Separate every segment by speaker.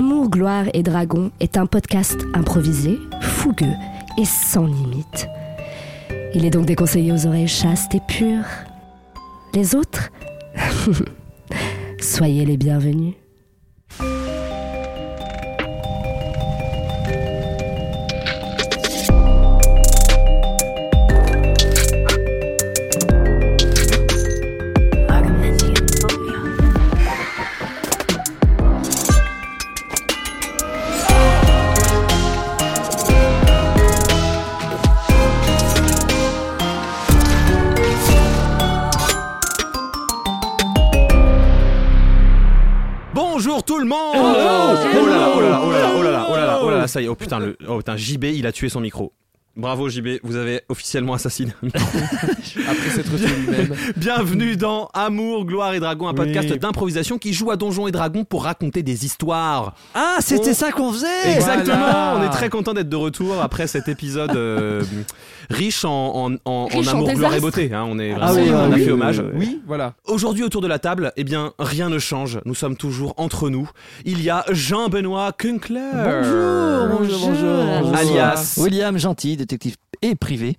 Speaker 1: Amour, gloire et dragon est un podcast improvisé, fougueux et sans limite. Il est donc déconseillé aux oreilles chastes et pures. Les autres, soyez les bienvenus.
Speaker 2: Bonjour tout le monde. Oh là là, ça y est, oh putain, JB, il a tué son micro. Bravo JB, vous avez officiellement assassiné un micro.
Speaker 3: Après s'être tué lui-même.
Speaker 2: Bienvenue dans Amour, gloire et dragon, un podcast d'improvisation qui joue à Donjons et Dragons pour raconter des histoires.
Speaker 4: Ah, c'était ça qu'on faisait.
Speaker 2: Exactement,
Speaker 3: Voilà.
Speaker 2: on est très content d'être de retour après cet épisode riche en
Speaker 1: Riche en
Speaker 2: amour, gloire et
Speaker 1: désastre.
Speaker 2: beauté. Hein, on est
Speaker 4: Ah
Speaker 2: vraiment,
Speaker 4: oui,
Speaker 2: on a
Speaker 4: oui,
Speaker 2: fait hommage.
Speaker 3: Oui, voilà.
Speaker 2: Aujourd'hui autour de la table, eh bien rien ne change. Nous sommes toujours entre nous. Il y a Jean-Benoît Kunkler.
Speaker 4: Bonjour.
Speaker 2: Alias
Speaker 4: William Gentil, détective et privé.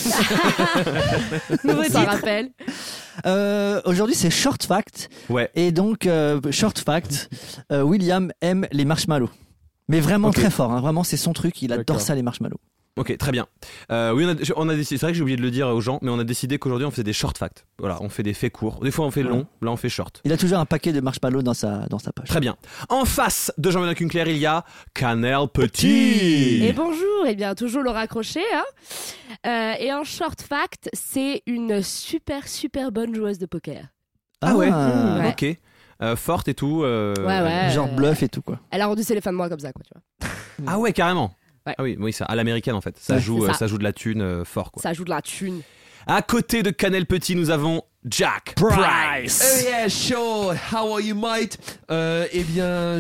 Speaker 1: Nouveau ça rappelle.
Speaker 4: Aujourd'hui, c'est Short Fact.
Speaker 2: Ouais.
Speaker 4: Et donc, Short Fact, William aime les marshmallows. Mais vraiment
Speaker 2: Ok.
Speaker 4: très fort, hein. Vraiment, c'est son truc. Il adore
Speaker 3: D'accord.
Speaker 4: ça, les marshmallows.
Speaker 2: Ok, très bien. Oui, on a décidé. C'est vrai que j'ai oublié de le dire aux gens, mais on a décidé qu'aujourd'hui on faisait des short facts. Voilà, on fait des faits courts. Des fois on fait long, là on fait short.
Speaker 4: Il a toujours un paquet de marshmallows dans sa poche.
Speaker 2: Très bien. En face de Jean-Benoît Kunkler, il y a Canel Petit.
Speaker 1: Et bonjour, et bien toujours Laura Crochet. Et en short fact, c'est une super bonne joueuse de poker.
Speaker 2: Ah ouais.
Speaker 1: Ouais.
Speaker 2: Ok. Forte et tout.
Speaker 1: Ouais.
Speaker 4: Genre bluff et tout, quoi.
Speaker 1: Elle a rendu ses fins de mois comme ça, quoi, tu vois.
Speaker 2: Ah ouais, carrément.
Speaker 1: Ouais.
Speaker 2: Ah oui, ça à l'américaine en fait. Ça
Speaker 4: Ouais,
Speaker 2: joue,
Speaker 1: c'est ça.
Speaker 2: ça joue de la thune fort quoi.
Speaker 1: Ça joue de la thune.
Speaker 2: À côté de Canel Petit, nous avons Jack Price.
Speaker 3: Oh yeah, sure. How are you, mate? Eh bien,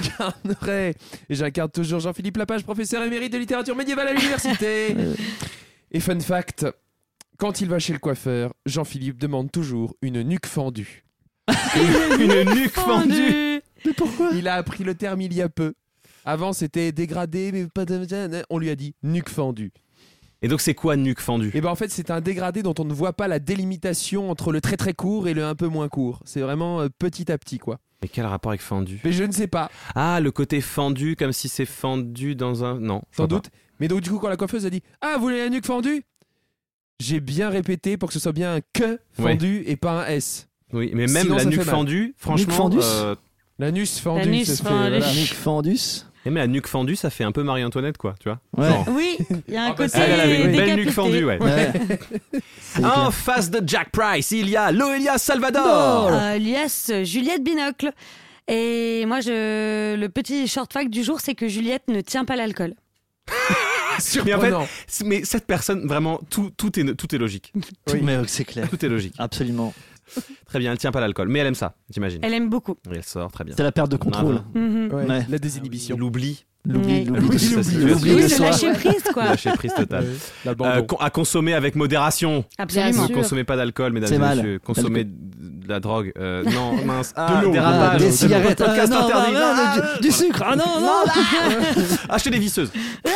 Speaker 3: j'incarne toujours Jean-Philippe Lapage, professeur émérite de littérature médiévale à l'université. Et fun fact, quand il va chez le coiffeur, Jean-Philippe demande toujours une nuque fendue.
Speaker 2: Une nuque fendue.
Speaker 4: Mais pourquoi?
Speaker 3: Il a appris le terme il y a peu. Avant, c'était dégradé, mais pas de... On lui a dit nuque fendue.
Speaker 2: Et donc c'est quoi nuque fendue?
Speaker 3: Et ben en fait, c'est un dégradé dont on ne voit pas la délimitation entre le très très court et le un peu moins court. C'est vraiment petit à petit, quoi.
Speaker 2: Mais quel rapport avec fendu?
Speaker 3: Mais je ne sais pas,
Speaker 2: Ah, le côté fendu comme si c'est fendu dans un... Non, je
Speaker 3: sans
Speaker 2: vois
Speaker 3: doute. Mais donc du coup, quand la coiffeuse a dit « Ah, vous voulez la nuque fendue ?» J'ai bien répété pour que ce soit bien un « que » fendu et pas un « s ».
Speaker 2: pas. Oui, mais même
Speaker 3: Sinon,
Speaker 2: la
Speaker 3: ça
Speaker 2: nuque
Speaker 3: fait mal.
Speaker 2: fendue, franchement...
Speaker 4: Nuque fendus
Speaker 3: L'anus fendu,
Speaker 5: L'anus
Speaker 3: ça se fait...
Speaker 5: fendu.
Speaker 3: voilà.
Speaker 4: Nick Fandus.
Speaker 2: mais la nuque fendue, ça fait un peu Marie-Antoinette, quoi, tu vois.
Speaker 4: Ouais.
Speaker 2: Genre.
Speaker 5: Oui, il y a un
Speaker 3: Ah bah,
Speaker 5: côté
Speaker 3: elle
Speaker 2: Elle avait une belle
Speaker 5: décapité.
Speaker 2: nuque fendue, ouais.
Speaker 4: Ouais. C'est
Speaker 2: En
Speaker 4: clair.
Speaker 2: face de Jack Price, il y a Loelia Salvador.
Speaker 5: Alias Juliette Binocle. Et moi, le petit short fact du jour, c'est que Juliette ne tient pas l'alcool.
Speaker 2: Mais en fait,
Speaker 3: Surprenant.
Speaker 2: mais cette personne, vraiment, tout est logique.
Speaker 3: Oui.
Speaker 4: Mais c'est clair.
Speaker 2: Tout est logique.
Speaker 4: Absolument.
Speaker 2: Très bien, elle tient pas l'alcool, mais elle aime ça, j'imagine.
Speaker 5: Elle aime beaucoup.
Speaker 2: Et elle sort, très bien.
Speaker 4: C'est la perte de contrôle.
Speaker 5: Mhm.
Speaker 3: Ouais,
Speaker 4: Ouais.
Speaker 3: la désinhibition.
Speaker 2: L'oubli,
Speaker 4: L'oubli,
Speaker 5: Oui.
Speaker 4: l'oubli,
Speaker 3: Oui,
Speaker 4: de-
Speaker 3: l'oubli.
Speaker 4: l'oubli
Speaker 5: Oui,
Speaker 4: de
Speaker 5: c'est
Speaker 4: soi.
Speaker 5: lâcher prise, quoi.
Speaker 2: lâcher prise totale.
Speaker 3: L'abandon.
Speaker 2: À consommer avec modération.
Speaker 5: Absolument.
Speaker 2: Ne
Speaker 1: Sûr.
Speaker 2: consommez pas d'alcool, mesdames
Speaker 4: C'est
Speaker 2: et
Speaker 4: mal.
Speaker 2: messieurs. Consommez de la drogue. Non, mince.
Speaker 3: De l'eau.
Speaker 2: Dérapage.
Speaker 4: Des cigarettes.
Speaker 2: Podcast
Speaker 4: Ah, non,
Speaker 2: interdit.
Speaker 4: non,
Speaker 2: Ah,
Speaker 4: du sucre. Ah non, non.
Speaker 2: Achetez des visseuses.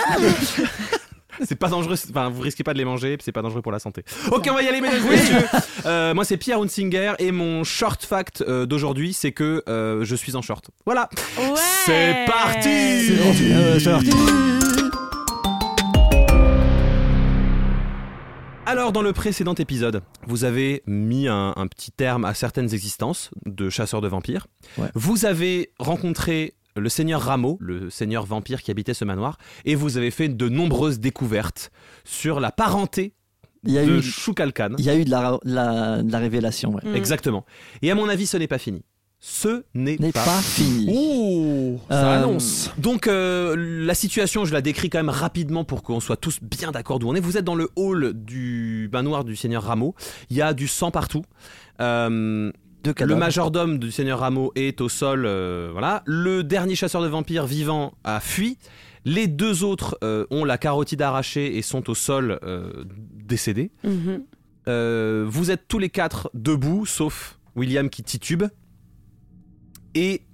Speaker 2: C'est pas dangereux, enfin vous risquez pas de les manger, c'est pas dangereux pour la santé. Ok, on va y aller, mesdames et messieurs. Moi c'est Pierre Hunsinger et mon short fact d'aujourd'hui c'est que je suis en short. Voilà.
Speaker 5: Ouais.
Speaker 2: C'est parti.
Speaker 4: C'est parti.
Speaker 2: Alors dans le précédent épisode, vous avez mis un petit terme à certaines existences de chasseurs de vampires.
Speaker 4: Ouais.
Speaker 2: Vous avez rencontré le seigneur Rameau, le seigneur vampire qui habitait ce manoir, et vous avez fait de nombreuses découvertes sur la parenté
Speaker 4: Il y a
Speaker 2: de
Speaker 4: eu,
Speaker 2: Choukalkan.
Speaker 4: il y a eu de la révélation. Ouais.
Speaker 5: Mm.
Speaker 2: Exactement. Et à mon avis, ce n'est pas fini. Ce n'est
Speaker 4: N'est
Speaker 2: pas.
Speaker 4: pas fini.
Speaker 3: Oh, ça
Speaker 4: Euh,
Speaker 3: annonce.
Speaker 2: Donc la situation, je la décris quand même rapidement pour qu'on soit tous bien d'accord d'où on est. Vous êtes dans le hall du manoir du seigneur Rameau. Il y a du sang partout.
Speaker 4: Deux
Speaker 2: Le
Speaker 4: cadavres.
Speaker 2: majordome du seigneur Rameau est au sol. Voilà. Le dernier chasseur de vampires vivant a fui. Les deux autres ont la carotide arrachée et sont au sol décédés.
Speaker 5: Mhm.
Speaker 2: Vous êtes tous les quatre debout, sauf William qui titube. Et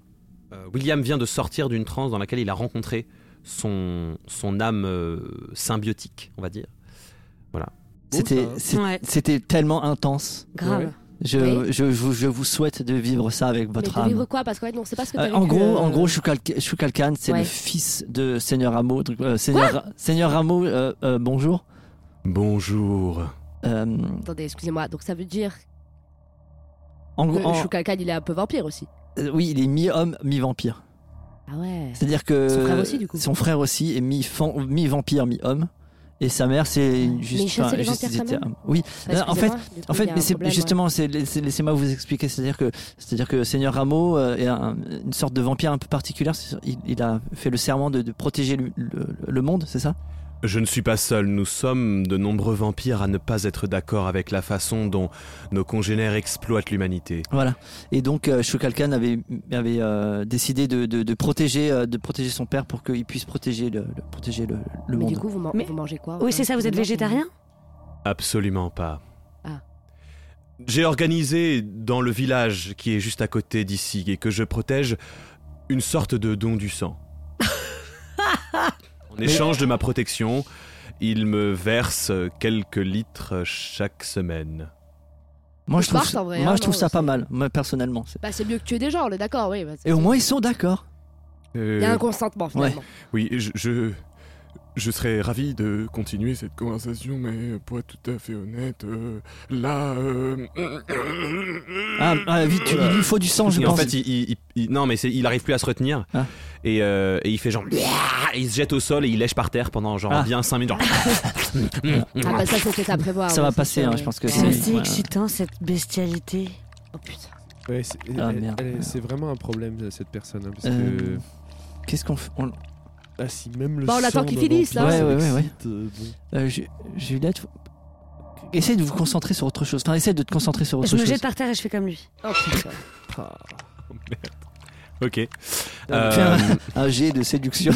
Speaker 2: William vient de sortir d'une transe dans laquelle il a rencontré son âme symbiotique, on va dire. Voilà.
Speaker 4: C'était tellement intense.
Speaker 5: Grave.
Speaker 3: Ouais.
Speaker 4: Je vous souhaite de vivre ça avec votre
Speaker 1: Mais de vivre
Speaker 4: âme.
Speaker 1: quoi? Parce que on sait pas ce que t'as
Speaker 4: En
Speaker 1: vécu,
Speaker 4: gros, Shukalkan, c'est
Speaker 1: Ouais.
Speaker 4: le fils de Seigneur Rameau. Donc, Seigneur Rameau, bonjour.
Speaker 2: Bonjour.
Speaker 1: Attendez, excusez-moi. Donc ça veut dire
Speaker 4: En
Speaker 1: que
Speaker 4: gros,
Speaker 1: Shukalkan, il est un peu vampire aussi.
Speaker 4: oui, il est mi-homme, mi-vampire.
Speaker 1: Ah ouais.
Speaker 4: C'est-à-dire que
Speaker 1: Son frère aussi, du coup.
Speaker 4: Son frère aussi est mi-vampire, mi-homme. Et sa mère, c'est
Speaker 1: Mais il chassait les vampires quand même.
Speaker 4: Oui.
Speaker 1: Ah,
Speaker 4: En fait,
Speaker 1: excusez-moi, du coup, il y a
Speaker 4: mais
Speaker 1: un
Speaker 4: c'est
Speaker 1: problème,
Speaker 4: justement, laissez-moi vous expliquer. C'est-à-dire que Seigneur Rameau est une sorte de vampire un peu particulière. Il a fait le serment de protéger le monde, c'est ça?
Speaker 2: Je ne suis pas seul, nous sommes de nombreux vampires à ne pas être d'accord avec la façon dont nos congénères exploitent l'humanité.
Speaker 4: Voilà. Et donc Shukalkan avait décidé de protéger son père pour qu'il puisse protéger le
Speaker 1: Mais
Speaker 4: monde.
Speaker 1: du coup, vous
Speaker 5: Mais-
Speaker 1: mangez quoi?
Speaker 5: Oui, c'est ça, vous êtes végétarien?
Speaker 2: Absolument pas.
Speaker 1: Ah.
Speaker 2: J'ai organisé dans le village qui est juste à côté d'ici et que je protège une sorte de don du sang. En échange de ma protection, il me verse quelques litres chaque semaine.
Speaker 4: Moi,
Speaker 1: Faut
Speaker 4: je trouve,
Speaker 1: se battre, en vrai,
Speaker 4: moi,
Speaker 1: hein,
Speaker 4: je trouve
Speaker 1: non,
Speaker 4: ça
Speaker 1: c'est-
Speaker 4: pas mal, moi, personnellement.
Speaker 1: Bah, c'est mieux que tuer des gens, on est d'accord, oui. Bah,
Speaker 4: Et au moins, ils sont d'accord.
Speaker 1: il y a un consentement finalement.
Speaker 6: Oui, je serais ravi de continuer cette conversation, mais pour être tout à fait honnête, là...
Speaker 4: Vite, il lui faut du sang, je
Speaker 2: Et en
Speaker 4: pense.
Speaker 2: fait, non, mais il arrive plus à se retenir.
Speaker 4: Ah.
Speaker 2: Et il fait genre. Et il se jette au sol et il lèche par terre pendant genre bien 5 minutes. Genre.
Speaker 1: Ah bah ça c'était à prévoir.
Speaker 4: Ça
Speaker 1: ouais,
Speaker 4: va
Speaker 1: c'est
Speaker 4: passer,
Speaker 1: sûr,
Speaker 4: hein,
Speaker 1: ouais.
Speaker 4: je pense que
Speaker 5: C'est
Speaker 4: c'est.
Speaker 5: assez
Speaker 4: ouais.
Speaker 5: excitant, cette bestialité.
Speaker 1: Oh putain.
Speaker 3: Ouais,
Speaker 4: Ah, merde.
Speaker 3: c'est vraiment un problème, cette personne. Hein, parce
Speaker 4: Euh,
Speaker 3: que...
Speaker 4: Qu'est-ce qu'on fait
Speaker 3: Ah, si même le
Speaker 1: Bah, on attend
Speaker 3: sang
Speaker 1: qu'il
Speaker 3: d'un
Speaker 1: finisse,
Speaker 3: vampire,
Speaker 1: hein.
Speaker 3: ça
Speaker 4: Ouais.
Speaker 3: l'excite, bon.
Speaker 4: Juliette, essayez de vous concentrer sur autre chose. Enfin, essayez de te concentrer sur autre
Speaker 5: Je me
Speaker 4: chose.
Speaker 5: jette par terre et je fais comme lui.
Speaker 1: Oh putain.
Speaker 2: Ok.
Speaker 4: Fais un jet de séduction.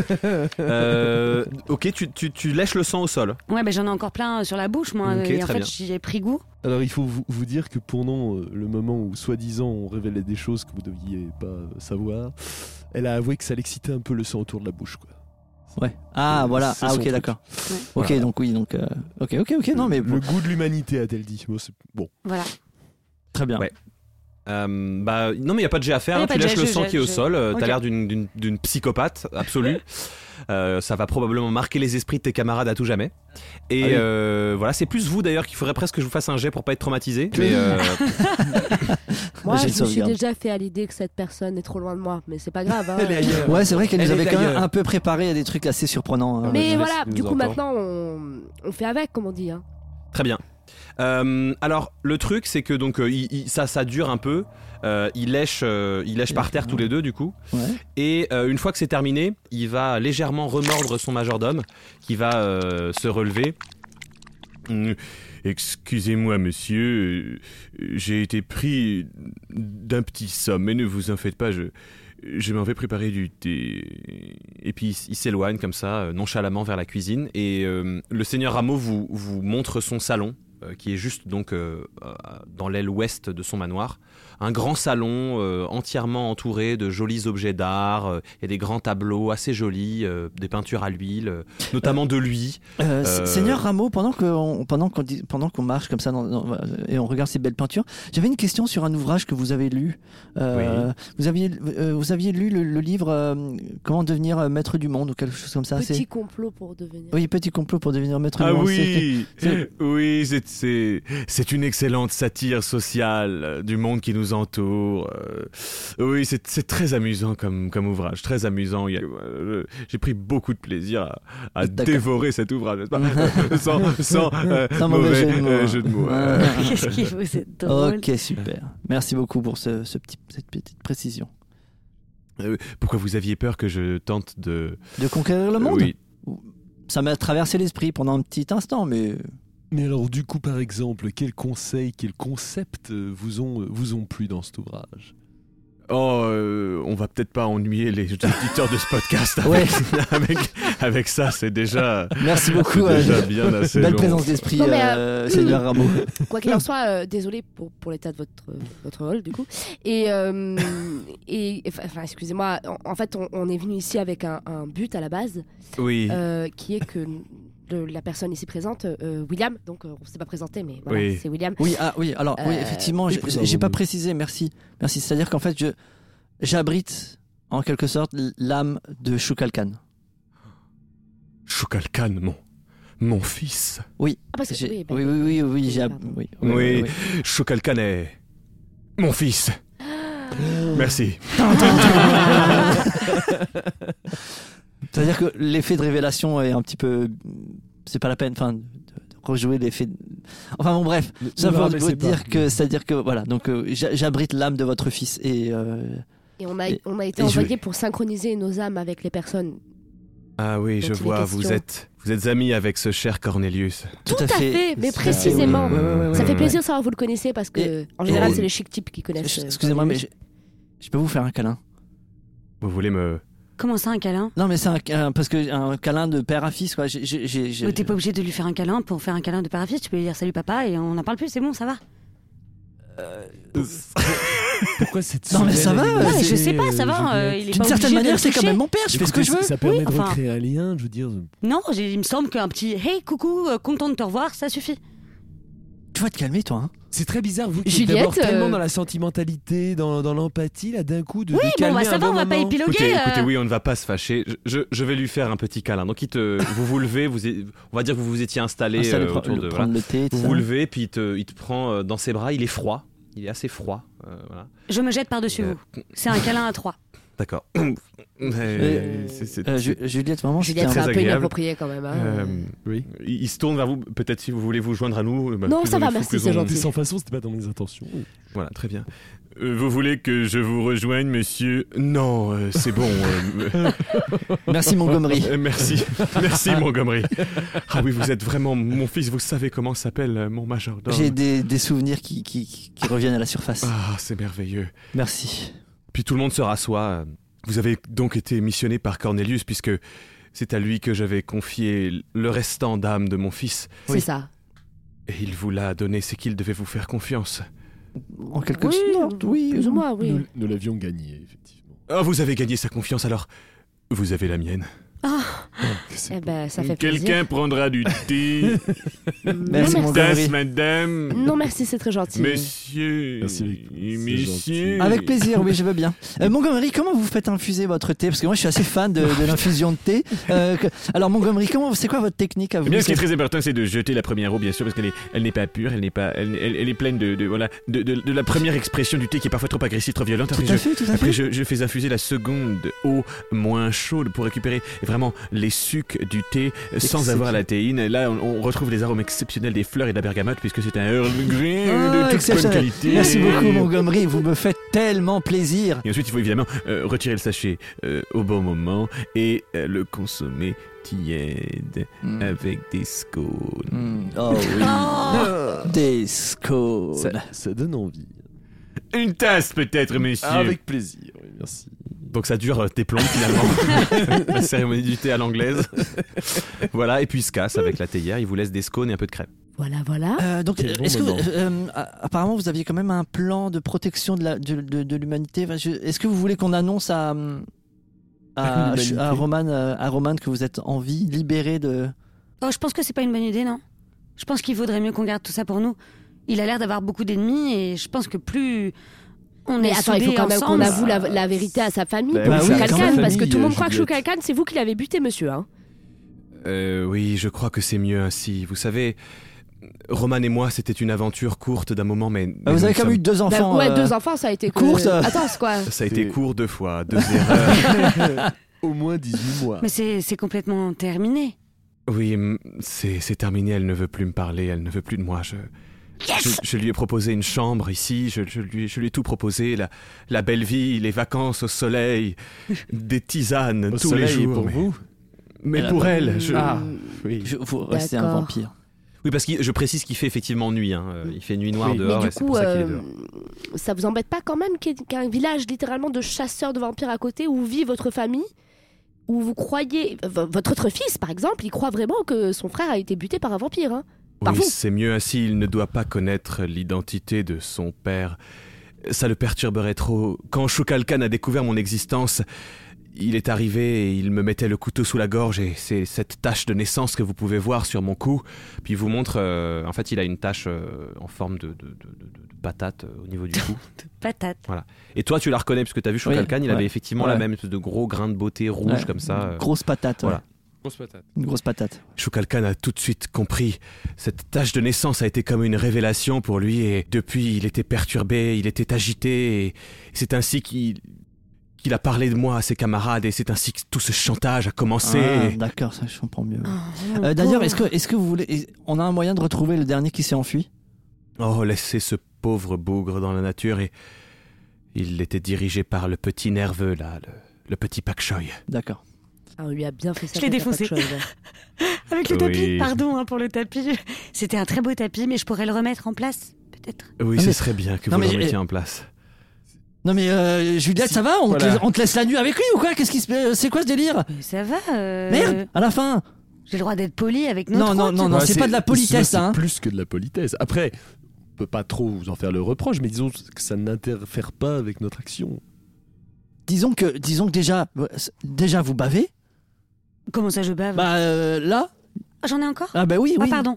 Speaker 2: Ok, tu lèches le sang au sol.
Speaker 5: Ouais, mais j'en ai encore plein sur la bouche, moi.
Speaker 2: Ok,
Speaker 5: et en
Speaker 2: très
Speaker 5: fait,
Speaker 2: bien.
Speaker 5: j'y ai pris goût.
Speaker 3: Alors, il faut vous dire que pendant le moment où, soi-disant, on révélait des choses que vous deviez pas savoir, elle a avoué que ça l'excitait un peu le sang autour de la bouche, quoi.
Speaker 4: Ouais. Ah, voilà.
Speaker 3: C'est
Speaker 4: Ah,
Speaker 3: son
Speaker 4: ok,
Speaker 3: truc.
Speaker 4: d'accord.
Speaker 5: Ouais.
Speaker 4: Ok,
Speaker 3: Voilà.
Speaker 4: donc oui, donc. Ok, non, mais
Speaker 3: Le
Speaker 4: bon,
Speaker 3: goût de l'humanité, a-t-elle dit. Bon, c'est- bon.
Speaker 5: Voilà.
Speaker 4: très bien.
Speaker 2: Ouais. Non, mais il n'y a pas de jet à faire.
Speaker 5: Y a
Speaker 2: Hein,
Speaker 5: pas
Speaker 2: tu
Speaker 5: de
Speaker 2: lèches
Speaker 5: jet,
Speaker 2: le
Speaker 5: je
Speaker 2: sang
Speaker 5: jette,
Speaker 2: qui est au
Speaker 5: je-
Speaker 2: sol.
Speaker 5: Ok.
Speaker 2: T'as l'air d'une psychopathe absolue. Ça va probablement marquer les esprits de tes camarades à tout jamais. Et voilà, c'est plus vous d'ailleurs qu'il faudrait presque que je vous fasse un jet pour pas être traumatisé. Mais
Speaker 1: Moi
Speaker 4: J'ai
Speaker 1: je
Speaker 4: une
Speaker 1: me suis
Speaker 4: sauvegarde.
Speaker 1: déjà fait à l'idée que cette personne est trop loin de moi, mais c'est pas grave. Hein.
Speaker 3: Elle est ailleurs.
Speaker 4: Ouais, c'est vrai qu'elle nous
Speaker 3: Elle
Speaker 4: avait
Speaker 3: est
Speaker 4: quand même
Speaker 3: ailleurs.
Speaker 4: un peu préparé à des trucs assez surprenants. hein.
Speaker 1: Mais
Speaker 3: je
Speaker 1: voilà,
Speaker 3: laisse
Speaker 1: du
Speaker 3: nous
Speaker 1: coup
Speaker 3: entendre.
Speaker 1: maintenant on fait avec, comme on dit. Hein.
Speaker 2: très bien. Alors le truc c'est que donc ça dure un peu. Il lèche par terre tous les deux du coup.
Speaker 4: Ouais.
Speaker 2: Et une fois que c'est terminé, il va légèrement remordre son majordome qui va se relever.
Speaker 6: Excusez-moi, monsieur, j'ai été pris d'un petit somme, mais ne vous en faites pas, je m'en vais préparer du thé.
Speaker 2: Et puis il s'éloigne comme ça, nonchalamment vers la cuisine. Et le seigneur Rameau vous montre son salon, qui est juste donc dans l'aile ouest de son manoir. Un grand salon entièrement entouré de jolis objets d'art. Il y a des grands tableaux assez jolis, des peintures à l'huile, notamment de lui.
Speaker 4: Seigneur Rameau, pendant qu'on marche comme ça et on regarde ces belles peintures, j'avais une question sur un ouvrage que vous avez lu. Vous aviez lu le livre Comment devenir maître du monde ou quelque chose comme ça.
Speaker 1: Petit complot pour devenir.
Speaker 4: Oui, petit complot pour devenir maître
Speaker 6: Ah
Speaker 4: du monde.
Speaker 6: oui,
Speaker 4: c'est-
Speaker 6: oui, c'est une excellente satire sociale du monde qui nous entoure. Oui, c'est très amusant comme ouvrage, très amusant. J'ai pris beaucoup de plaisir à
Speaker 4: D'accord.
Speaker 6: dévorer cet ouvrage, n'est-ce pas sans
Speaker 4: Sans mauvais jeu de mots.
Speaker 6: mots.
Speaker 4: Ah.
Speaker 5: Qu'est-ce qui vous êtes drôle.
Speaker 4: Ok, super. Merci beaucoup pour cette petite précision.
Speaker 6: Pourquoi vous aviez peur que je tente de...
Speaker 4: De conquérir le monde
Speaker 6: Oui.
Speaker 4: Ça m'a traversé l'esprit pendant un petit instant, mais
Speaker 3: Mais alors, du coup, par exemple, quels conseils, quels concepts vous ont plu dans cet ouvrage?
Speaker 6: Oh, on va peut-être pas ennuyer les auditeurs de ce podcast
Speaker 4: Ouais.
Speaker 6: avec ça, c'est déjà,
Speaker 4: Merci beaucoup.
Speaker 6: c'est déjà bien assez
Speaker 4: Belle
Speaker 6: long.
Speaker 4: présence d'esprit,
Speaker 1: Non, mais,
Speaker 4: Seigneur Rameau.
Speaker 1: Quoi qu'il en soit, désolé pour l'état de votre rôle du coup. Et enfin, excusez-moi, en fait, on est venu ici avec un but à la base,
Speaker 6: Oui,
Speaker 1: qui est que la personne ici présente, William, donc on ne s'est pas présenté, mais voilà,
Speaker 6: Oui.
Speaker 1: c'est William.
Speaker 4: Oui, alors, oui, effectivement,
Speaker 3: oui,
Speaker 4: j'ai pas précisé, merci. C'est-à-dire qu'en fait, j'abrite en quelque sorte l'âme de Shukalkan.
Speaker 6: Shukalkan, mon fils.
Speaker 1: Ah, parce que,
Speaker 4: Oui,
Speaker 1: bah,
Speaker 4: oui,
Speaker 1: pardon.
Speaker 6: Oui, Shukalkan est mon fils. Merci.
Speaker 4: C'est-à-dire que l'effet de révélation est un petit peu. C'est pas la peine, de rejouer l'effet. Enfin bon, bref. Ça veut dire que, c'est-à-dire que voilà. Donc j'abrite l'âme de votre fils et
Speaker 1: Et on a été
Speaker 4: et
Speaker 1: envoyés pour synchroniser nos âmes avec les personnes.
Speaker 6: Ah oui, je
Speaker 1: Donc, il est
Speaker 6: vois,
Speaker 1: question.
Speaker 6: vous êtes amis avec ce cher Cornelius.
Speaker 1: Tout à fait, mais précisément.
Speaker 4: Ouais,
Speaker 1: Ça fait
Speaker 4: ouais.
Speaker 1: plaisir de savoir que vous le connaissez parce que, en général,
Speaker 6: et-
Speaker 1: c'est les chic types qui connaissent.
Speaker 4: Excusez-moi, mais je peux vous faire un câlin?
Speaker 6: Vous voulez me...
Speaker 5: Comment ça, un câlin?
Speaker 4: Non, mais c'est parce que un câlin de père à fils, quoi.
Speaker 5: Mais t'es pas obligé de lui faire un câlin pour faire un câlin de père à fils. Tu peux lui dire salut papa et on n'en parle plus, c'est bon, ça va.
Speaker 3: Pourquoi cette
Speaker 4: Non, mais ça va,
Speaker 3: solennelle
Speaker 5: Ouais, je
Speaker 3: énergie,
Speaker 5: sais pas, ça va.
Speaker 3: Juliette
Speaker 5: Il est
Speaker 4: D'une
Speaker 5: pas
Speaker 4: certaine
Speaker 5: obligé de
Speaker 4: manière,
Speaker 5: le
Speaker 4: c'est quand
Speaker 5: toucher.
Speaker 4: même mon père. Je fais ce que je veux.
Speaker 3: Ça permet de
Speaker 5: enfin.
Speaker 3: recréer un lien, je veux dire.
Speaker 5: Non, il me semble qu'un petit hey coucou, content de te revoir, ça suffit.
Speaker 4: Tu vas te calmer, toi. Hein.
Speaker 3: C'est très bizarre, vous qui êtes
Speaker 1: Juliette,
Speaker 3: d'abord tellement dans la sentimentalité, dans l'empathie, là, d'un coup, de
Speaker 5: Oui,
Speaker 3: calmer
Speaker 5: bon, bah ça
Speaker 3: un
Speaker 5: va,
Speaker 3: bon
Speaker 5: on va pas
Speaker 3: moment.
Speaker 5: épiloguer.
Speaker 6: Écoutez, oui, on ne va pas se fâcher. Je vais lui faire un petit câlin. Donc, vous levez, on va dire que vous vous étiez installé autour de...
Speaker 4: prendre le thé, tout
Speaker 6: Vous
Speaker 4: ça.
Speaker 6: vous levez, puis il te prend dans ses bras. Il est froid. Il est assez froid. Voilà.
Speaker 5: Je me jette par-dessus vous. C'est un câlin à 3.
Speaker 6: D'accord.
Speaker 4: Juliette, vraiment,
Speaker 1: Juliette,
Speaker 6: très
Speaker 1: c'est un peu
Speaker 6: agréable.
Speaker 1: inapproprié quand même. Hein.
Speaker 3: Oui.
Speaker 6: Il se tourne vers vous. Peut-être si vous voulez vous joindre à nous.
Speaker 1: Non,
Speaker 6: plus
Speaker 1: ça
Speaker 6: on
Speaker 1: va,
Speaker 6: est fous,
Speaker 1: merci,
Speaker 6: plus
Speaker 1: c'est
Speaker 6: on-
Speaker 1: gentil.
Speaker 3: Sans façon, c'était pas dans mes intentions.
Speaker 6: Voilà, très bien. Vous voulez que je vous rejoigne, monsieur? Non, c'est bon.
Speaker 4: Merci, Montgomery.
Speaker 6: Merci Montgomery. Ah oui, vous êtes vraiment mon fils. Vous savez comment s'appelle mon majordome.
Speaker 4: J'ai des souvenirs qui reviennent à la surface.
Speaker 6: Ah, c'est merveilleux.
Speaker 4: Merci.
Speaker 6: Puis tout le monde se rassoit. Vous avez donc été missionné par Cornelius puisque c'est à lui que j'avais confié le restant d'âme de mon fils.
Speaker 1: C'est
Speaker 4: Oui.
Speaker 1: ça.
Speaker 6: Et il vous l'a donné, c'est qu'il devait vous faire confiance.
Speaker 4: En quelque
Speaker 1: Oui,
Speaker 4: sorte, oui.
Speaker 1: plus ou moins, oui.
Speaker 3: Nous l'avions gagné, effectivement.
Speaker 6: Ah, vous avez gagné sa confiance, alors vous avez la mienne.
Speaker 1: Eh ben, ça fait
Speaker 6: Quelqu'un
Speaker 1: plaisir.
Speaker 6: prendra du thé.
Speaker 4: Merci,
Speaker 1: non,
Speaker 4: mon
Speaker 1: merci.
Speaker 6: Tasse, madame.
Speaker 1: Non, merci, c'est très gentil.
Speaker 6: Monsieur.
Speaker 3: Merci, c'est
Speaker 6: Monsieur.
Speaker 4: Avec plaisir, oui, je veux bien. Montgomery, comment vous faites infuser votre thé? Parce que moi, je suis assez fan de l'infusion de thé. Alors, Montgomery, c'est quoi votre technique à vous?
Speaker 6: Eh bien, ce qui est très important, c'est de jeter la première eau, bien sûr, parce qu'elle n'est pas pure, elle est pleine de la première expression du thé qui est parfois trop agressive, trop violente.
Speaker 4: Tout à fait, tout à
Speaker 6: Après,
Speaker 4: fait.
Speaker 6: je fais infuser la seconde eau moins chaude pour récupérer vraiment les sucs du thé sans avoir la théine. Et là, on retrouve les arômes exceptionnels des fleurs et de la bergamote, puisque c'est un Earl Grey de toute bonne
Speaker 4: exceptionnel.
Speaker 6: qualité.
Speaker 4: Merci beaucoup, Montgomery. Vous me faites tellement plaisir.
Speaker 6: Et ensuite, il faut évidemment retirer le sachet au bon moment et le consommer tiède avec des scones.
Speaker 4: Oh oui. Des scones.
Speaker 3: Ça donne envie.
Speaker 6: Une tasse peut-être, messieurs.
Speaker 3: Avec plaisir, oui, merci.
Speaker 6: Donc ça dure des plombs finalement. La cérémonie du thé à l'anglaise. Voilà, et puis il se casse avec la théière, il vous laisse des scones et un peu de crème.
Speaker 1: Voilà.
Speaker 4: Donc,
Speaker 3: Quel bon
Speaker 4: est-ce que
Speaker 3: moment.
Speaker 4: apparemment vous aviez quand même un plan de protection de l'humanité. Enfin, est-ce que vous voulez qu'on annonce à
Speaker 3: L'humanité.
Speaker 4: Roman que vous êtes en vie, libéré de.
Speaker 5: Oh, je pense que c'est pas une bonne idée, non? Je pense qu'il vaudrait mieux qu'on garde tout ça pour nous. Il a l'air d'avoir beaucoup d'ennemis et je pense que plus on
Speaker 1: Mais
Speaker 5: est
Speaker 1: attends, il faut
Speaker 5: soudés
Speaker 1: quand même qu'on
Speaker 5: ensemble,
Speaker 1: avoue la vérité à sa famille,
Speaker 3: Bah
Speaker 1: pour
Speaker 4: oui,
Speaker 1: Shukalkan,
Speaker 4: quand même.
Speaker 1: parce que tout le monde
Speaker 3: Famille,
Speaker 1: croit que
Speaker 3: Juliette.
Speaker 1: Shukalkan, c'est vous qui l'avez buté, monsieur. Hein.
Speaker 6: Oui, je crois que c'est mieux ainsi. Vous savez, Roman et moi, c'était une aventure courte d'un moment, mais
Speaker 4: Vous
Speaker 6: nous
Speaker 4: avez quand même eu
Speaker 6: sommes-
Speaker 4: 2 enfants.
Speaker 1: Ouais, 2 enfants, ça a été
Speaker 4: course.
Speaker 1: Attends, c'est quoi?
Speaker 6: Ça a été
Speaker 3: C'est-
Speaker 6: court 2 fois, 2 erreurs.
Speaker 3: Au moins 18 mois.
Speaker 5: Mais c'est complètement terminé.
Speaker 6: Oui, c'est terminé, elle ne veut plus me parler, elle ne veut plus de moi. Je lui ai proposé une chambre ici, je lui ai tout proposé, la belle vie, les vacances au soleil, des tisanes
Speaker 3: Au
Speaker 6: tous les
Speaker 3: soleil
Speaker 6: jours.
Speaker 3: pour vous.
Speaker 6: Mais
Speaker 4: Elle a
Speaker 6: pour
Speaker 4: pas-
Speaker 6: elle,
Speaker 3: Oui.
Speaker 4: Vous restez un
Speaker 1: D'accord.
Speaker 4: vampire.
Speaker 6: Oui, parce que je précise qu'il fait effectivement nuit. Il fait nuit noire
Speaker 3: Oui.
Speaker 6: dehors
Speaker 1: Mais
Speaker 6: et
Speaker 1: du
Speaker 6: c'est
Speaker 1: coup,
Speaker 6: pour ça qu'il est dehors.
Speaker 1: ça vous embête pas quand même qu'il y ait un village littéralement de chasseurs de vampires à côté où vit votre famille? ou vous croyez... Votre autre fils, par exemple, il croit vraiment que son frère a été buté par un vampire, hein. Par
Speaker 6: Oui,
Speaker 1: vous.
Speaker 6: c'est mieux ainsi, il ne doit pas connaître l'identité de son père. Ça le perturberait trop. Quand Shukalkan a découvert mon existence, il est arrivé et il me mettait le couteau sous la gorge et c'est cette tache de naissance que vous pouvez voir sur mon cou. Puis il vous montre, en fait, il a une tache en forme de patate au niveau du cou.
Speaker 5: Patate.
Speaker 6: Et toi, tu la reconnais parce que tu as vu Shukalkan, il
Speaker 4: ouais.
Speaker 6: avait effectivement
Speaker 4: Ouais.
Speaker 6: la même espèce de gros grain de beauté rouge
Speaker 4: Ouais.
Speaker 6: comme ça.
Speaker 4: Grosse patate.
Speaker 6: voilà.
Speaker 4: Ouais.
Speaker 3: Grosse patate.
Speaker 4: Une grosse patate.
Speaker 6: Shukalkan a tout de suite compris. Cette tâche de naissance a été comme une révélation pour lui et depuis il était perturbé, il était agité et c'est ainsi qu'il a parlé de moi à ses camarades et c'est ainsi que tout ce chantage a commencé.
Speaker 4: Ah, d'accord, ça je comprends mieux.
Speaker 5: Oh,
Speaker 4: D'ailleurs,
Speaker 5: pauvre.
Speaker 4: est-ce que vous voulez... On a un moyen de retrouver le dernier qui s'est enfui?
Speaker 6: Oh, laissez ce pauvre bougre dans la nature et il était dirigé par le petit nerveux là, le petit Pak Choi.
Speaker 4: D'accord.
Speaker 1: Ah, on lui a bien fait ça.
Speaker 5: Je l'ai
Speaker 1: avec la
Speaker 5: défoncé.
Speaker 1: Pak Choi.
Speaker 5: Avec le
Speaker 6: Oui.
Speaker 5: tapis, pardon hein, pour le tapis. C'était un très beau tapis, mais je pourrais le remettre en place, peut-être.
Speaker 6: Oui,
Speaker 4: Ah,
Speaker 6: ce
Speaker 4: mais-
Speaker 6: serait bien que
Speaker 4: Non,
Speaker 6: vous le
Speaker 4: mais-
Speaker 6: remettiez en place.
Speaker 4: Non mais Juliette, ça va
Speaker 3: Voilà.
Speaker 4: On te laisse la nuit avec lui ou quoi? Qu'est-ce qui se... C'est quoi ce délire?
Speaker 5: Ça va.
Speaker 4: Merde, à la fin.
Speaker 5: J'ai le droit d'être poli avec notre
Speaker 4: Non,
Speaker 5: hôte.
Speaker 4: non, non, c'est pas de la politesse,
Speaker 3: c'est
Speaker 4: hein.
Speaker 3: plus que de la politesse. Après, on peut pas trop vous en faire le reproche, mais disons que ça n'interfère pas avec notre action.
Speaker 4: Disons que déjà vous bavez.
Speaker 5: Comment ça, je bave
Speaker 4: Bah là.
Speaker 5: Ah, j'en ai encore
Speaker 4: Ah bah oui,
Speaker 5: Ah,
Speaker 4: oui.
Speaker 5: pardon.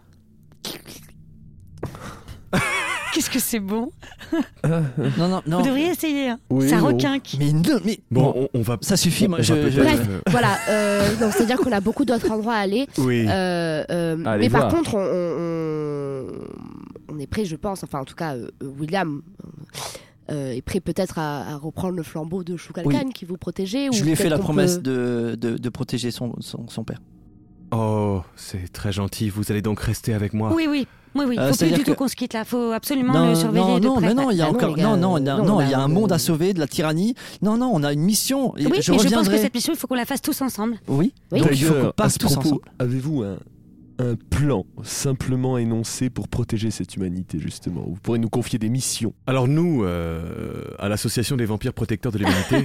Speaker 5: Qu'est-ce que c'est bon.
Speaker 4: Non.
Speaker 5: Vous devriez essayer. Hein.
Speaker 3: Oui,
Speaker 5: ça
Speaker 3: bon.
Speaker 5: requinque.
Speaker 4: Mais non, mais
Speaker 6: Bon, on va...
Speaker 4: ça suffit. Moi,
Speaker 6: on va peut-être,
Speaker 1: Bref, voilà. Donc, c'est-à-dire qu'on a beaucoup d'autres endroits à aller.
Speaker 6: Oui.
Speaker 3: Allez
Speaker 1: Mais par
Speaker 3: voir.
Speaker 1: contre, on est prêt, je pense. Enfin, en tout cas, William est prêt peut-être à reprendre le flambeau de Shukalkan qui vous protégeait.
Speaker 4: je
Speaker 1: ou
Speaker 4: lui ai fait
Speaker 1: peut-être
Speaker 4: la
Speaker 1: qu'on
Speaker 4: promesse
Speaker 1: peut-
Speaker 4: de protéger son père.
Speaker 6: Oh, c'est très gentil, vous allez donc rester avec moi.
Speaker 5: Oui. Faut plus
Speaker 4: c'est-à-dire
Speaker 5: du tout
Speaker 4: que-
Speaker 5: qu'on se quitte là. Faut absolument le surveiller de
Speaker 4: non,
Speaker 5: près.
Speaker 4: mais non, il y a
Speaker 1: Ah non,
Speaker 4: encore,
Speaker 1: les gars,
Speaker 4: non, il y a un monde à
Speaker 1: on-
Speaker 4: sauver, de la tyrannie. Non, on a une mission. Et
Speaker 5: Oui,
Speaker 4: je
Speaker 5: mais je pense
Speaker 4: reviendrai.
Speaker 5: que cette mission, il faut qu'on la fasse tous ensemble.
Speaker 4: Oui.
Speaker 1: Oui.
Speaker 4: Donc il faut qu'on
Speaker 3: D'ailleurs, à
Speaker 4: passe
Speaker 3: ce
Speaker 4: tous
Speaker 3: propos,
Speaker 4: ensemble.
Speaker 3: avez-vous un plan simplement énoncé pour protéger cette humanité, justement? Vous pourrez nous confier des missions.
Speaker 6: Alors nous, à l'association des vampires protecteurs de l'humanité,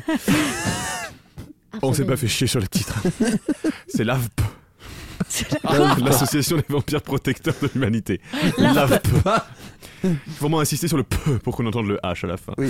Speaker 1: Ah,
Speaker 6: on s'est
Speaker 1: faudrait-
Speaker 6: pas fait chier sur le titre. C'est l'AVP.
Speaker 5: Quoi
Speaker 6: L'association des vampires protecteurs de l'humanité.
Speaker 5: L'AVP.
Speaker 6: Faut vraiment insister sur le P pour qu'on entende le H à la fin.
Speaker 3: Oui.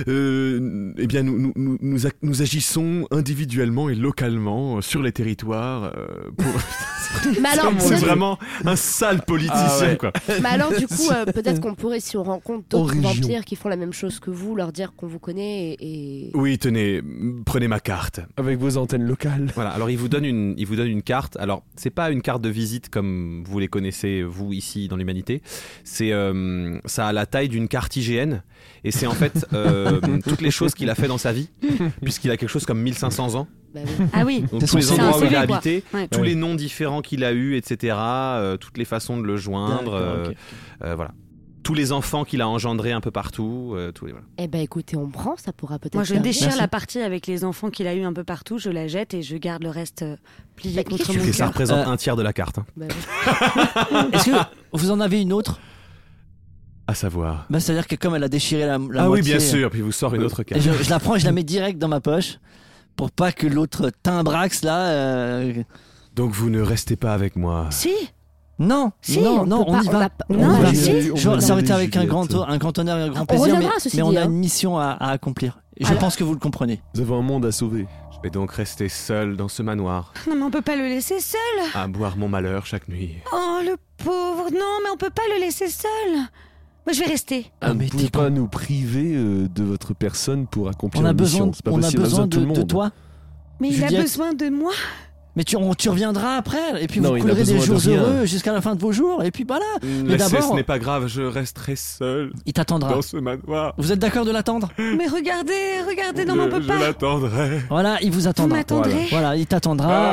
Speaker 6: Eh bien, nous agissons individuellement et localement sur les territoires.
Speaker 1: Mais alors,
Speaker 6: C'est
Speaker 1: peut-être-
Speaker 6: vraiment un sale politicien,
Speaker 3: Ah ouais.
Speaker 6: quoi.
Speaker 1: mais alors, du coup, peut-être qu'on pourrait, si on rencontre
Speaker 3: En
Speaker 1: d'autres
Speaker 3: région.
Speaker 1: vampires qui font la même chose que vous, leur dire qu'on vous connaît et...
Speaker 6: Oui, tenez, prenez ma carte.
Speaker 3: Avec vos antennes locales.
Speaker 6: Voilà, alors il vous donne une carte. Alors, c'est pas une carte de visite comme vous les connaissez, vous, ici, dans l'humanité. C'est, ça a la taille d'une carte IGN. Et c'est en fait toutes les choses qu'il a fait dans sa vie, puisqu'il a quelque chose comme 1500 ans.
Speaker 1: Bah oui.
Speaker 5: Ah oui.
Speaker 6: Donc,
Speaker 4: C'est
Speaker 6: tous les
Speaker 4: son
Speaker 6: endroits où
Speaker 5: CV,
Speaker 6: il a
Speaker 5: quoi.
Speaker 6: habité,
Speaker 5: Ouais.
Speaker 6: tous
Speaker 3: Ouais.
Speaker 6: les noms différents qu'il a eus, etc. Toutes les façons de le joindre.
Speaker 4: D'accord, ok.
Speaker 6: Voilà. Tous les enfants qu'il a engendrés un peu partout. Tous les, voilà.
Speaker 1: Eh ben, écoutez, on prend, ça pourra peut-être...
Speaker 5: Moi, je
Speaker 1: faire-
Speaker 5: déchire
Speaker 4: Merci.
Speaker 5: la partie avec les enfants qu'il a eu un peu partout, je la jette et je garde le reste plié
Speaker 1: Bah,
Speaker 5: contre
Speaker 1: qu'est-ce
Speaker 5: mon
Speaker 1: que
Speaker 6: Et ça
Speaker 5: cœur.
Speaker 6: représente un tiers de la carte, hein.
Speaker 1: Bah oui.
Speaker 4: Est-ce que vous en avez une autre?
Speaker 6: À savoir.
Speaker 4: Bah, c'est-à-dire que comme elle a déchiré la
Speaker 6: Ah
Speaker 4: moitié,
Speaker 6: oui, bien sûr. Puis il vous sort une autre
Speaker 4: et
Speaker 6: carte.
Speaker 4: je la prends et je la mets direct dans ma poche pour pas que l'autre timbrax là.
Speaker 6: Donc vous ne restez pas avec moi.
Speaker 5: Si.
Speaker 4: Non,
Speaker 5: Si,
Speaker 4: non,
Speaker 1: peut
Speaker 4: on
Speaker 1: pas-
Speaker 4: y
Speaker 1: on
Speaker 4: va.
Speaker 1: n'a-
Speaker 4: On
Speaker 5: non,
Speaker 4: y va.
Speaker 5: mais si.
Speaker 4: Ça aurait été avec un
Speaker 3: Juliette.
Speaker 4: grand honneur et un grand
Speaker 1: On
Speaker 4: plaisir, mais,
Speaker 1: reviendra, ceci
Speaker 4: on
Speaker 1: dit,
Speaker 4: a
Speaker 1: hein.
Speaker 4: une mission à accomplir. Et je
Speaker 1: Alors-
Speaker 4: pense que vous le comprenez.
Speaker 3: Nous avons un monde à sauver.
Speaker 6: Je vais donc rester seul dans ce manoir,
Speaker 5: Non, mais on peut pas le laisser seul.
Speaker 6: à boire mon malheur chaque nuit.
Speaker 5: Oh, le pauvre. Non, mais on peut pas le laisser seul. Moi, je vais rester.
Speaker 4: Ah,
Speaker 3: Vous
Speaker 4: mais
Speaker 3: ne pouvez
Speaker 4: t'es
Speaker 3: pas
Speaker 4: con.
Speaker 3: nous priver de votre personne pour accomplir
Speaker 4: On a
Speaker 3: la
Speaker 4: besoin,
Speaker 3: mission. C'est pas
Speaker 4: on a
Speaker 3: possible,
Speaker 4: besoin
Speaker 3: tout le
Speaker 4: de
Speaker 3: monde.
Speaker 4: toi.
Speaker 5: Mais il
Speaker 4: Juliette.
Speaker 5: a besoin de moi.
Speaker 4: Mais tu reviendras après, et puis
Speaker 3: Non,
Speaker 4: vous
Speaker 3: il a
Speaker 4: coulerez des
Speaker 3: besoin de
Speaker 4: jours
Speaker 3: rien.
Speaker 4: heureux jusqu'à la fin de vos jours, et puis voilà,
Speaker 6: Laissez,
Speaker 4: d'abord-
Speaker 6: ce n'est pas grave, je resterai seul
Speaker 4: il t'attendra.
Speaker 6: dans ce manoir.
Speaker 4: Vous êtes d'accord de l'attendre?
Speaker 5: Mais regardez, non, mais on peut
Speaker 6: Je
Speaker 5: pas.
Speaker 6: l'attendrai.
Speaker 4: Voilà, il vous
Speaker 5: Vous
Speaker 4: attendra.
Speaker 5: m'attendrez.
Speaker 4: Voilà, il t'attendra.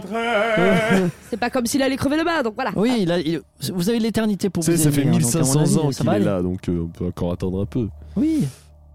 Speaker 1: C'est pas comme s'il allait crever le bas, donc voilà.
Speaker 4: Oui, vous avez l'éternité pour
Speaker 3: Tu sais,
Speaker 4: vous
Speaker 3: ça
Speaker 4: aimer,
Speaker 3: fait
Speaker 4: hein, donc, à mon
Speaker 3: 1500
Speaker 4: avis,
Speaker 3: ans
Speaker 4: ça
Speaker 3: qu'il
Speaker 4: va
Speaker 3: est
Speaker 4: aller.
Speaker 3: là, donc on peut encore attendre un peu.
Speaker 4: Oui.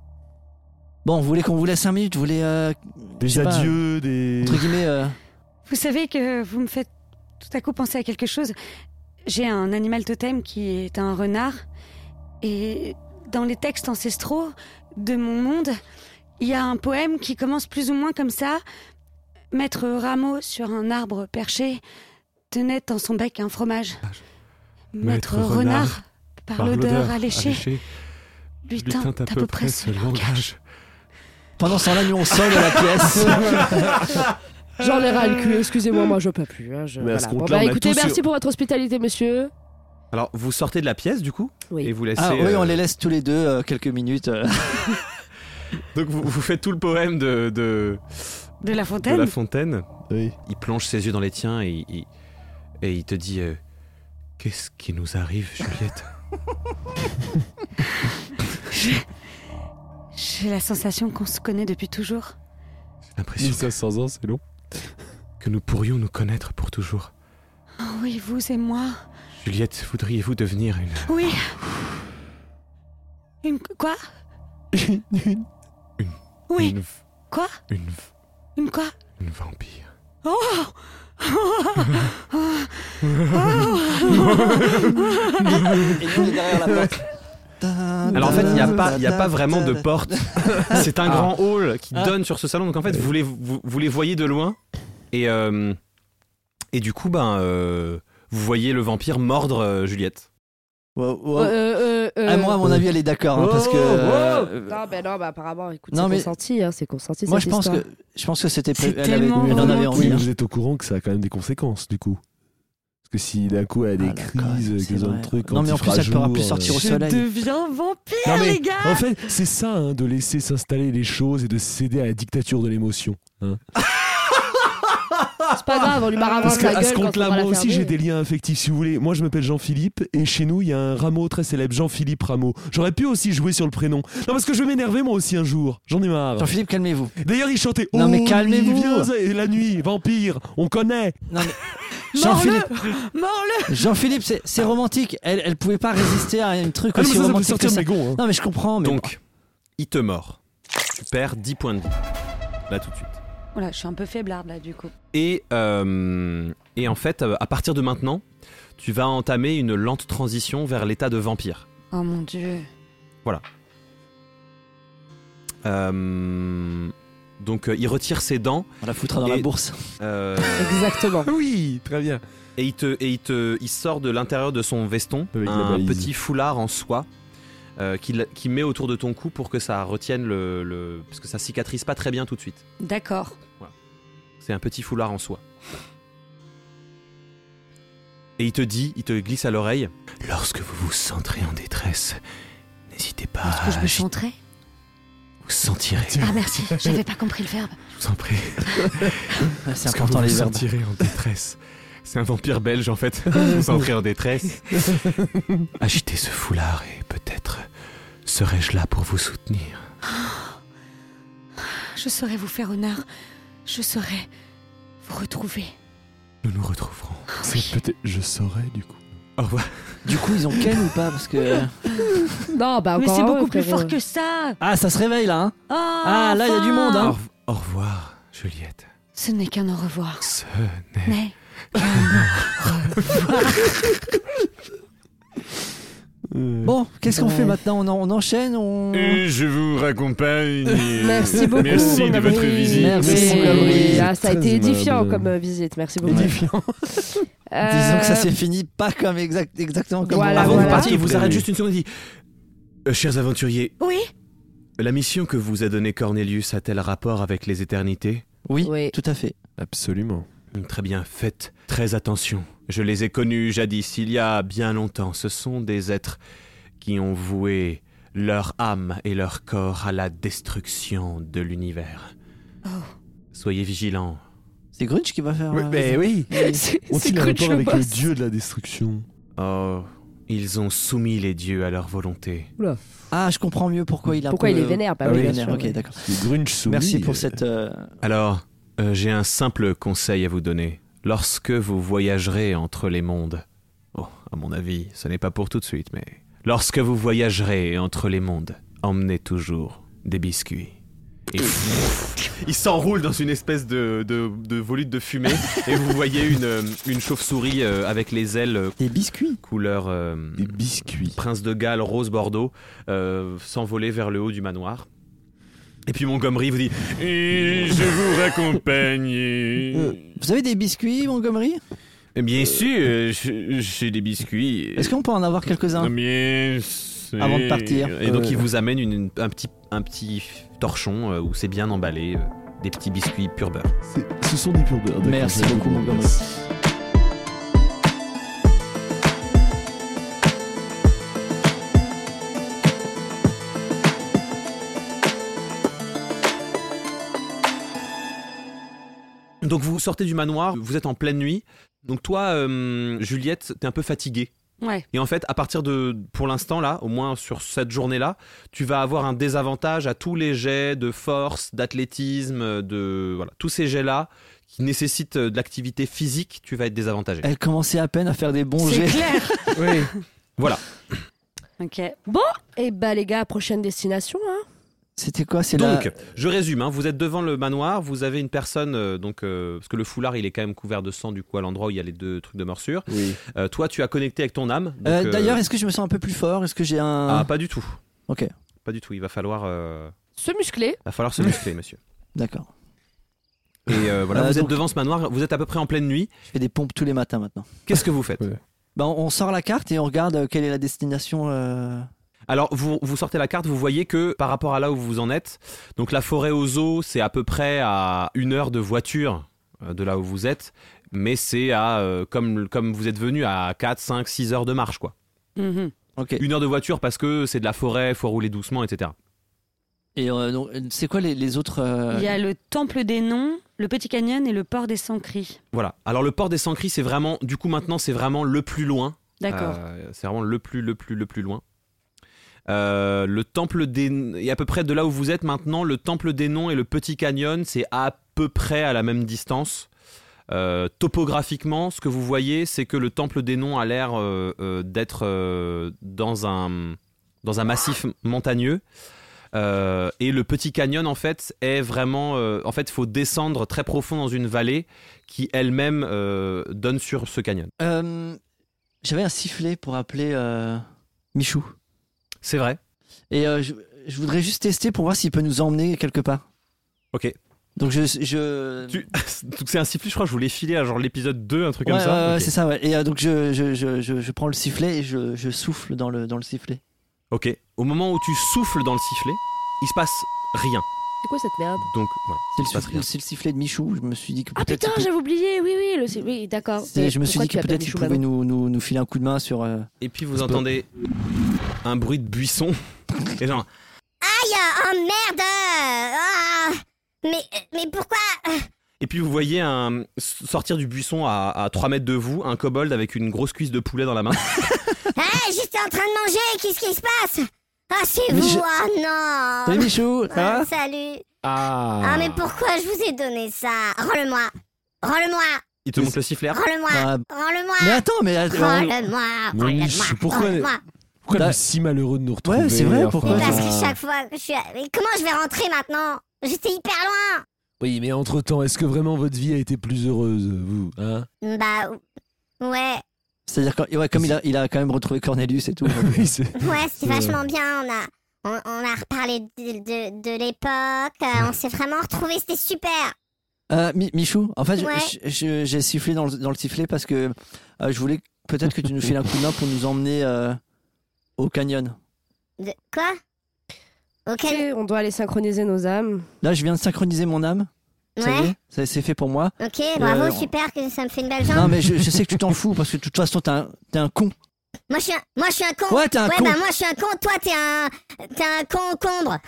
Speaker 4: Bon, vous voulez qu'on vous laisse 5 minutes? Vous voulez,
Speaker 3: Des
Speaker 4: Je sais pas,
Speaker 3: adieux, des...
Speaker 4: entre guillemets,
Speaker 5: Vous savez que vous me faites tout à coup penser à quelque chose. J'ai un animal totem qui est un renard. Et dans les textes ancestraux de mon monde, il y a un poème qui commence plus ou moins comme ça. Maître Rameau, sur un arbre perché, tenait dans son bec un fromage. Maître Renard, par l'odeur alléchée, lui tint à peu près ce langage.
Speaker 4: Pendant ce temps-là, nous on sort de la pièce.
Speaker 1: J'en ai ras le cul, excusez-moi, moi je peux plus.
Speaker 3: Mais à ce
Speaker 1: Voilà.
Speaker 3: compte-là, on a
Speaker 1: écoutez,
Speaker 3: tous-
Speaker 1: merci pour votre hospitalité, monsieur.
Speaker 2: Alors, vous sortez de la pièce, du coup,
Speaker 1: Oui.
Speaker 2: et vous laissez...
Speaker 4: Ah oui, on les laisse tous les deux quelques minutes.
Speaker 2: Donc, vous faites tout le poème de
Speaker 5: De La
Speaker 2: La
Speaker 5: Fontaine.
Speaker 2: Fontaine.
Speaker 3: Oui.
Speaker 2: Il plonge ses yeux dans les tiens et il te dit qu'est-ce qui nous arrive, Juliette?
Speaker 5: J'ai la sensation qu'on se connaît depuis toujours.
Speaker 2: J'ai l'impression
Speaker 3: 1500 ans, c'est long.
Speaker 2: que nous pourrions nous connaître pour toujours.
Speaker 5: Oh oui, vous et moi.
Speaker 2: Juliette, voudriez-vous devenir une...
Speaker 5: Oui. Une quoi? Oui.
Speaker 2: Une,
Speaker 5: Quoi? Une quoi?
Speaker 2: une vampire.
Speaker 4: Et nous on est derrière la porte.
Speaker 2: Alors en fait, il n'y a pas vraiment de porte. C'est un grand hall qui donne sur ce salon. Donc en fait, vous les voyez de loin. Et du coup, vous voyez le vampire mordre Juliette.
Speaker 4: Moi, à mon avis, elle est d'accord, hein, parce que.
Speaker 1: Non, apparemment, écoute,
Speaker 4: Non, mais-
Speaker 1: c'est consenti.
Speaker 4: Moi,
Speaker 1: cette
Speaker 4: je
Speaker 1: histoire.
Speaker 4: pense que c'était
Speaker 5: C'est
Speaker 4: prévu. Elle
Speaker 5: tellement
Speaker 4: en avait
Speaker 5: romantique.
Speaker 4: envie.
Speaker 3: Oui, mais
Speaker 4: hein.
Speaker 3: vous êtes au courant que ça a quand même des conséquences, du coup. Parce que si d'un coup elle a des
Speaker 4: Ah, d'accord,
Speaker 3: crises,
Speaker 4: c'est
Speaker 3: qu'ils ont
Speaker 4: vrai.
Speaker 3: un truc.
Speaker 4: Non, mais en plus, elle pourra plus sortir au
Speaker 5: Je
Speaker 4: soleil.
Speaker 5: deviens vampire,
Speaker 3: Non mais
Speaker 5: les gars.
Speaker 3: en fait, c'est ça, hein, de laisser s'installer les choses et de céder à la dictature de l'émotion. Hein.
Speaker 1: C'est pas grave, on lui baravant
Speaker 3: Parce
Speaker 1: sa
Speaker 3: qu'à
Speaker 1: gueule
Speaker 3: ce
Speaker 1: quand on
Speaker 3: compte-là,
Speaker 1: va la
Speaker 3: moi aussi,
Speaker 1: fermer.
Speaker 3: j'ai des liens affectifs. Si vous voulez, moi, je m'appelle Jean-Philippe et chez nous, il y a un Rameau très célèbre, Jean-Philippe Rameau. J'aurais pu aussi jouer sur le prénom. Non, parce que je vais m'énerver moi aussi un jour. J'en ai marre.
Speaker 4: Jean-Philippe, calmez-vous.
Speaker 3: D'ailleurs, il chantait.
Speaker 4: Non, mais
Speaker 3: Oh,
Speaker 4: calmez-vous.
Speaker 3: nuit, viens, et la nuit, vampire, on connaît.
Speaker 4: Non, mais... Jean-Philippe,
Speaker 5: Mors-le.
Speaker 4: Jean-Philippe, c'est romantique. Elle pouvait pas résister à un truc
Speaker 3: Ah non, mais
Speaker 4: aussi
Speaker 3: ça peut
Speaker 4: romantique que
Speaker 3: sortir de
Speaker 4: ça.
Speaker 3: mes gonds. Hein.
Speaker 4: Non, mais je comprends. Mais
Speaker 2: Donc, il te mord. Tu perds 10 points de vie. Là tout de suite.
Speaker 5: Voilà, je suis un peu faiblarde là du coup.
Speaker 2: Et en fait, à partir de maintenant, tu vas entamer une lente transition vers l'état de vampire.
Speaker 5: Oh mon dieu.
Speaker 2: Donc, il retire ses dents
Speaker 4: on la foutra dans la
Speaker 2: Et-
Speaker 4: bourse.
Speaker 1: Exactement.
Speaker 3: Oui, très bien.
Speaker 2: et il sort de l'intérieur de son veston
Speaker 3: Avec la
Speaker 2: un
Speaker 3: balise.
Speaker 2: petit foulard en soie qu'il met autour de ton cou pour que ça retienne parce que ça cicatrise pas très bien tout de suite.
Speaker 5: D'accord.
Speaker 2: C'est un petit foulard en soie. Et il te glisse à l'oreille. Lorsque vous vous sentirez en détresse, n'hésitez pas
Speaker 5: Est-ce que je me chanterai?
Speaker 2: vous sentirez.
Speaker 5: Ah merci, j'avais pas compris le verbe.
Speaker 2: Je vous en prie.
Speaker 4: C'est
Speaker 2: Lorsque
Speaker 4: important
Speaker 2: vous
Speaker 4: les
Speaker 2: vous
Speaker 4: verbes.
Speaker 2: sentirez en détresse. C'est un vampire belge en fait. Vous vous sentirez en détresse. Agitez ce foulard et peut-être serai-je là pour vous soutenir.
Speaker 5: Je saurais vous faire honneur. Je saurais vous retrouver.
Speaker 2: Nous nous retrouverons.
Speaker 3: C'est peut-être. Je saurais du coup.
Speaker 2: Au revoir.
Speaker 4: Du coup, ils ont Ken ou pas? Parce que.
Speaker 1: Non, bah
Speaker 5: Mais
Speaker 1: encore
Speaker 5: c'est
Speaker 1: heureux,
Speaker 5: beaucoup plus
Speaker 1: frérot.
Speaker 5: fort que ça.
Speaker 4: Ah, ça se réveille là, hein? Ah, là, il y a du monde, hein.
Speaker 2: Au revoir, Juliette.
Speaker 5: Ce n'est qu'un au revoir.
Speaker 2: Ce n'est
Speaker 5: Mais
Speaker 4: Bon, qu'est-ce qu'on fait maintenant? On enchaîne?
Speaker 6: Et je vous raccompagne.
Speaker 1: Merci beaucoup.
Speaker 6: Merci
Speaker 1: mon
Speaker 6: de
Speaker 1: Gabriel.
Speaker 6: votre visite.
Speaker 4: Merci, mon Gabriel.
Speaker 1: Ah, ça a
Speaker 3: Très
Speaker 1: été édifiant
Speaker 3: aimable.
Speaker 1: comme visite. Merci beaucoup.
Speaker 3: Édifiant.
Speaker 4: Disons que ça s'est fini pas comme exactement comme
Speaker 1: Voilà,
Speaker 4: on
Speaker 2: Avant
Speaker 4: l'avait
Speaker 2: de
Speaker 1: voilà.
Speaker 2: partir, il vous
Speaker 3: Très
Speaker 2: arrête
Speaker 3: bien.
Speaker 2: juste une seconde et dit chers aventuriers,
Speaker 5: oui.
Speaker 2: la mission que vous a donnée Cornelius a-t-elle rapport avec les éternités?
Speaker 4: Oui,
Speaker 1: Oui.
Speaker 4: tout à fait.
Speaker 3: Absolument.
Speaker 2: Très bien, faites très attention. Je les ai connus jadis, il y a bien longtemps. Ce sont des êtres qui ont voué leur âme et leur corps à la destruction de l'univers.
Speaker 5: Oh.
Speaker 2: Soyez vigilants.
Speaker 4: C'est Grunch qui va faire.
Speaker 3: oui.
Speaker 1: C'est
Speaker 3: Ont-ils un
Speaker 1: Grunch
Speaker 3: rapport
Speaker 1: le
Speaker 3: avec le
Speaker 1: boss.
Speaker 3: dieu de la destruction?
Speaker 2: Oh, ils ont soumis les dieux à leur volonté.
Speaker 4: Ah, je comprends mieux pourquoi il a.
Speaker 1: Pourquoi
Speaker 4: un
Speaker 1: il
Speaker 4: peu-
Speaker 1: est vénère? Bah
Speaker 3: Ah
Speaker 1: oui,
Speaker 3: oui,
Speaker 1: bien
Speaker 4: vénère,
Speaker 1: sûr.
Speaker 4: ok, d'accord.
Speaker 3: C'est Grunch soumis.
Speaker 4: Merci pour cette.
Speaker 2: Alors, j'ai un simple conseil à vous donner. Lorsque vous voyagerez entre les mondes, à mon avis, ce n'est pas pour tout de suite, mais lorsque vous voyagerez entre les mondes, emmenez toujours des biscuits. Et il s'enroule dans une espèce de volute de fumée et vous voyez une chauve-souris avec les ailes
Speaker 4: Des biscuits.
Speaker 2: couleur
Speaker 3: Des biscuits.
Speaker 2: prince de Galles rose bordeaux s'envoler vers le haut du manoir. Et puis Montgomery vous dit je vous raccompagne.
Speaker 4: Vous avez des biscuits, Montgomery?
Speaker 2: Bien sûr, j'ai des biscuits.
Speaker 4: Est-ce qu'on peut en avoir quelques-uns?
Speaker 2: Bien sûr.
Speaker 4: Avant de partir.
Speaker 2: Et donc il vous amène un petit torchon où c'est bien emballé, des petits biscuits pur beurre.
Speaker 7: Ce sont des pur beurre.
Speaker 4: Merci beaucoup, Montgomery.
Speaker 2: Donc vous sortez du manoir, vous êtes en pleine nuit. Donc toi, Juliette, t'es un peu fatiguée.
Speaker 5: Ouais.
Speaker 2: Et en fait, à partir pour l'instant là, au moins sur cette journée-là, tu vas avoir un désavantage à tous les jets de force, d'athlétisme, voilà, tous ces jets-là qui nécessitent de l'activité physique, tu vas être désavantagé.
Speaker 4: Elle commençait à peine à faire des bons
Speaker 5: C'est
Speaker 4: jets.
Speaker 5: clair.
Speaker 3: Oui.
Speaker 2: Voilà.
Speaker 5: Ok.
Speaker 1: Bon, et bah les gars, prochaine destination. Hein.
Speaker 4: C'était quoi?
Speaker 2: Donc, je résume, hein, vous êtes devant le manoir, vous avez une personne, parce que le foulard il est quand même couvert de sang du coup à l'endroit où il y a les 2 trucs de morsure.
Speaker 3: Oui.
Speaker 2: Toi, tu as connecté avec ton âme. Donc,
Speaker 4: D'ailleurs, est-ce que je me sens un peu plus fort? Est-ce que j'ai un...
Speaker 2: Ah, pas du tout.
Speaker 4: Ok,
Speaker 2: Pas du tout. Il va falloir
Speaker 1: Se muscler.
Speaker 2: se muscler, monsieur.
Speaker 4: d'accord.
Speaker 2: Et voilà, vous êtes
Speaker 4: donc-
Speaker 2: devant ce manoir, vous êtes à peu près en pleine nuit.
Speaker 4: Je fais des pompes tous les matins maintenant.
Speaker 2: Qu'est-ce que vous faites?
Speaker 3: Ouais.
Speaker 4: On sort la carte et on regarde quelle est la destination.
Speaker 2: Alors, vous sortez la carte, vous voyez que par rapport à là où vous en êtes, donc la forêt aux eaux, c'est à peu près à 1 heure de voiture de là où vous êtes, mais c'est à, comme vous êtes venu, à 4, 5, 6 heures de marche, quoi.
Speaker 5: Mhm.
Speaker 4: Ok.
Speaker 2: 1 heure de voiture parce que c'est de la forêt, faut rouler doucement, etc.
Speaker 4: Et donc, c'est quoi les autres
Speaker 5: Il y a le Temple des Noms, le Petit Canyon et le Port des Sans-Cris.
Speaker 2: Voilà. Alors, le port des Sans-Cris, c'est vraiment, du coup, maintenant, c'est vraiment le plus loin.
Speaker 5: D'accord.
Speaker 2: C'est vraiment le plus loin. Le temple des... Et à peu près de là où vous êtes maintenant, le temple des Noms et le Petit Canyon, c'est à peu près à la même distance. Topographiquement, ce que vous voyez, c'est que le temple des Noms a l'air d'être dans un massif montagneux. Et le Petit Canyon, en fait, est vraiment... en fait, il faut descendre très profond dans une vallée qui, elle-même, donne sur ce canyon.
Speaker 4: J'avais un sifflet pour appeler Michou.
Speaker 2: C'est vrai.
Speaker 4: Et je voudrais juste tester pour voir s'il peut nous emmener quelque part.
Speaker 2: Ok.
Speaker 4: Donc
Speaker 2: Donc c'est un sifflet, je crois que je voulais filer à genre l'épisode 2, un truc comme ça.
Speaker 4: Ouais,
Speaker 2: Ok.
Speaker 4: c'est ça, ouais. Et donc je prends le sifflet et je souffle dans le sifflet.
Speaker 2: Ok. Au moment où tu souffles dans le sifflet, il se passe rien.
Speaker 1: C'est quoi cette merde?
Speaker 2: Donc voilà.
Speaker 4: C'est le sifflet de Michou. Je me suis dit que
Speaker 1: Ah
Speaker 4: peut-être.
Speaker 1: putain, j'avais oublié. Oui, d'accord. Mais
Speaker 4: Je me suis
Speaker 1: pourquoi
Speaker 4: dit que
Speaker 1: tu l'appelles
Speaker 4: peut-être il
Speaker 1: Michou
Speaker 4: pouvait
Speaker 1: maintenant
Speaker 4: nous filer un coup de main sur.
Speaker 2: Et puis vous entendez un bruit de buisson. Et genre,
Speaker 8: Aïe, oh merde. Ah, mais pourquoi?
Speaker 2: et puis vous voyez sortir du buisson à 3 mètres de vous, un kobold avec une grosse cuisse de poulet dans la main.
Speaker 8: Hey, j'étais en train de manger, qu'est-ce qui se passe? Ah, c'est
Speaker 4: Mais
Speaker 8: vous, ah non.
Speaker 4: Salut Michou, ça va?
Speaker 8: Salut.
Speaker 3: Ah.
Speaker 8: Ah, mais pourquoi je vous ai donné ça? Rends-le-moi. Rends-le-moi.
Speaker 2: Il te montre le sifflet.
Speaker 8: Rends-le-moi.
Speaker 4: Ah,
Speaker 8: Rends-le-moi.
Speaker 4: Mais attends,
Speaker 8: Rends-le-moi.
Speaker 7: Mais
Speaker 8: Rends-le-moi.
Speaker 7: pourquoi
Speaker 8: Rends-le-moi.
Speaker 7: Pourquoi
Speaker 4: Bah-
Speaker 7: vous êtes si malheureux de nous retrouver?
Speaker 4: Ouais, c'est vrai, pourquoi?
Speaker 8: Parce que chaque fois que je suis... Mais comment je vais rentrer maintenant? J'étais hyper loin.
Speaker 7: Oui, mais entre-temps, est-ce que vraiment votre vie a été plus heureuse, vous, hein?
Speaker 8: Bah, ouais.
Speaker 4: C'est-à-dire comme il a quand même retrouvé Cornelius et tout.
Speaker 7: Oui, c'est...
Speaker 8: Ouais, c'était
Speaker 7: C'est
Speaker 8: vachement bien. On a reparlé de l'époque. On s'est vraiment retrouvés. C'était super.
Speaker 4: Michou, en fait,
Speaker 8: Ouais.
Speaker 4: j'ai sifflé dans le sifflet parce que je voulais peut-être que tu nous files un coup de main pour nous emmener au canyon.
Speaker 8: Quoi? Ok.
Speaker 1: Tu sais, on doit aller synchroniser nos âmes.
Speaker 4: Là, je viens de synchroniser mon âme. Ça y
Speaker 8: Ouais.
Speaker 4: est, c'est fait pour moi.
Speaker 8: Ok, bravo,
Speaker 4: Euh,
Speaker 8: super, que ça me fait une belle jambe.
Speaker 4: Non, mais je sais que tu t'en fous parce que de toute façon, t'es un con.
Speaker 8: Moi, je suis un con.
Speaker 4: Ouais, t'es un con.
Speaker 8: bah, moi, je suis un con. Toi, t'es un concombre.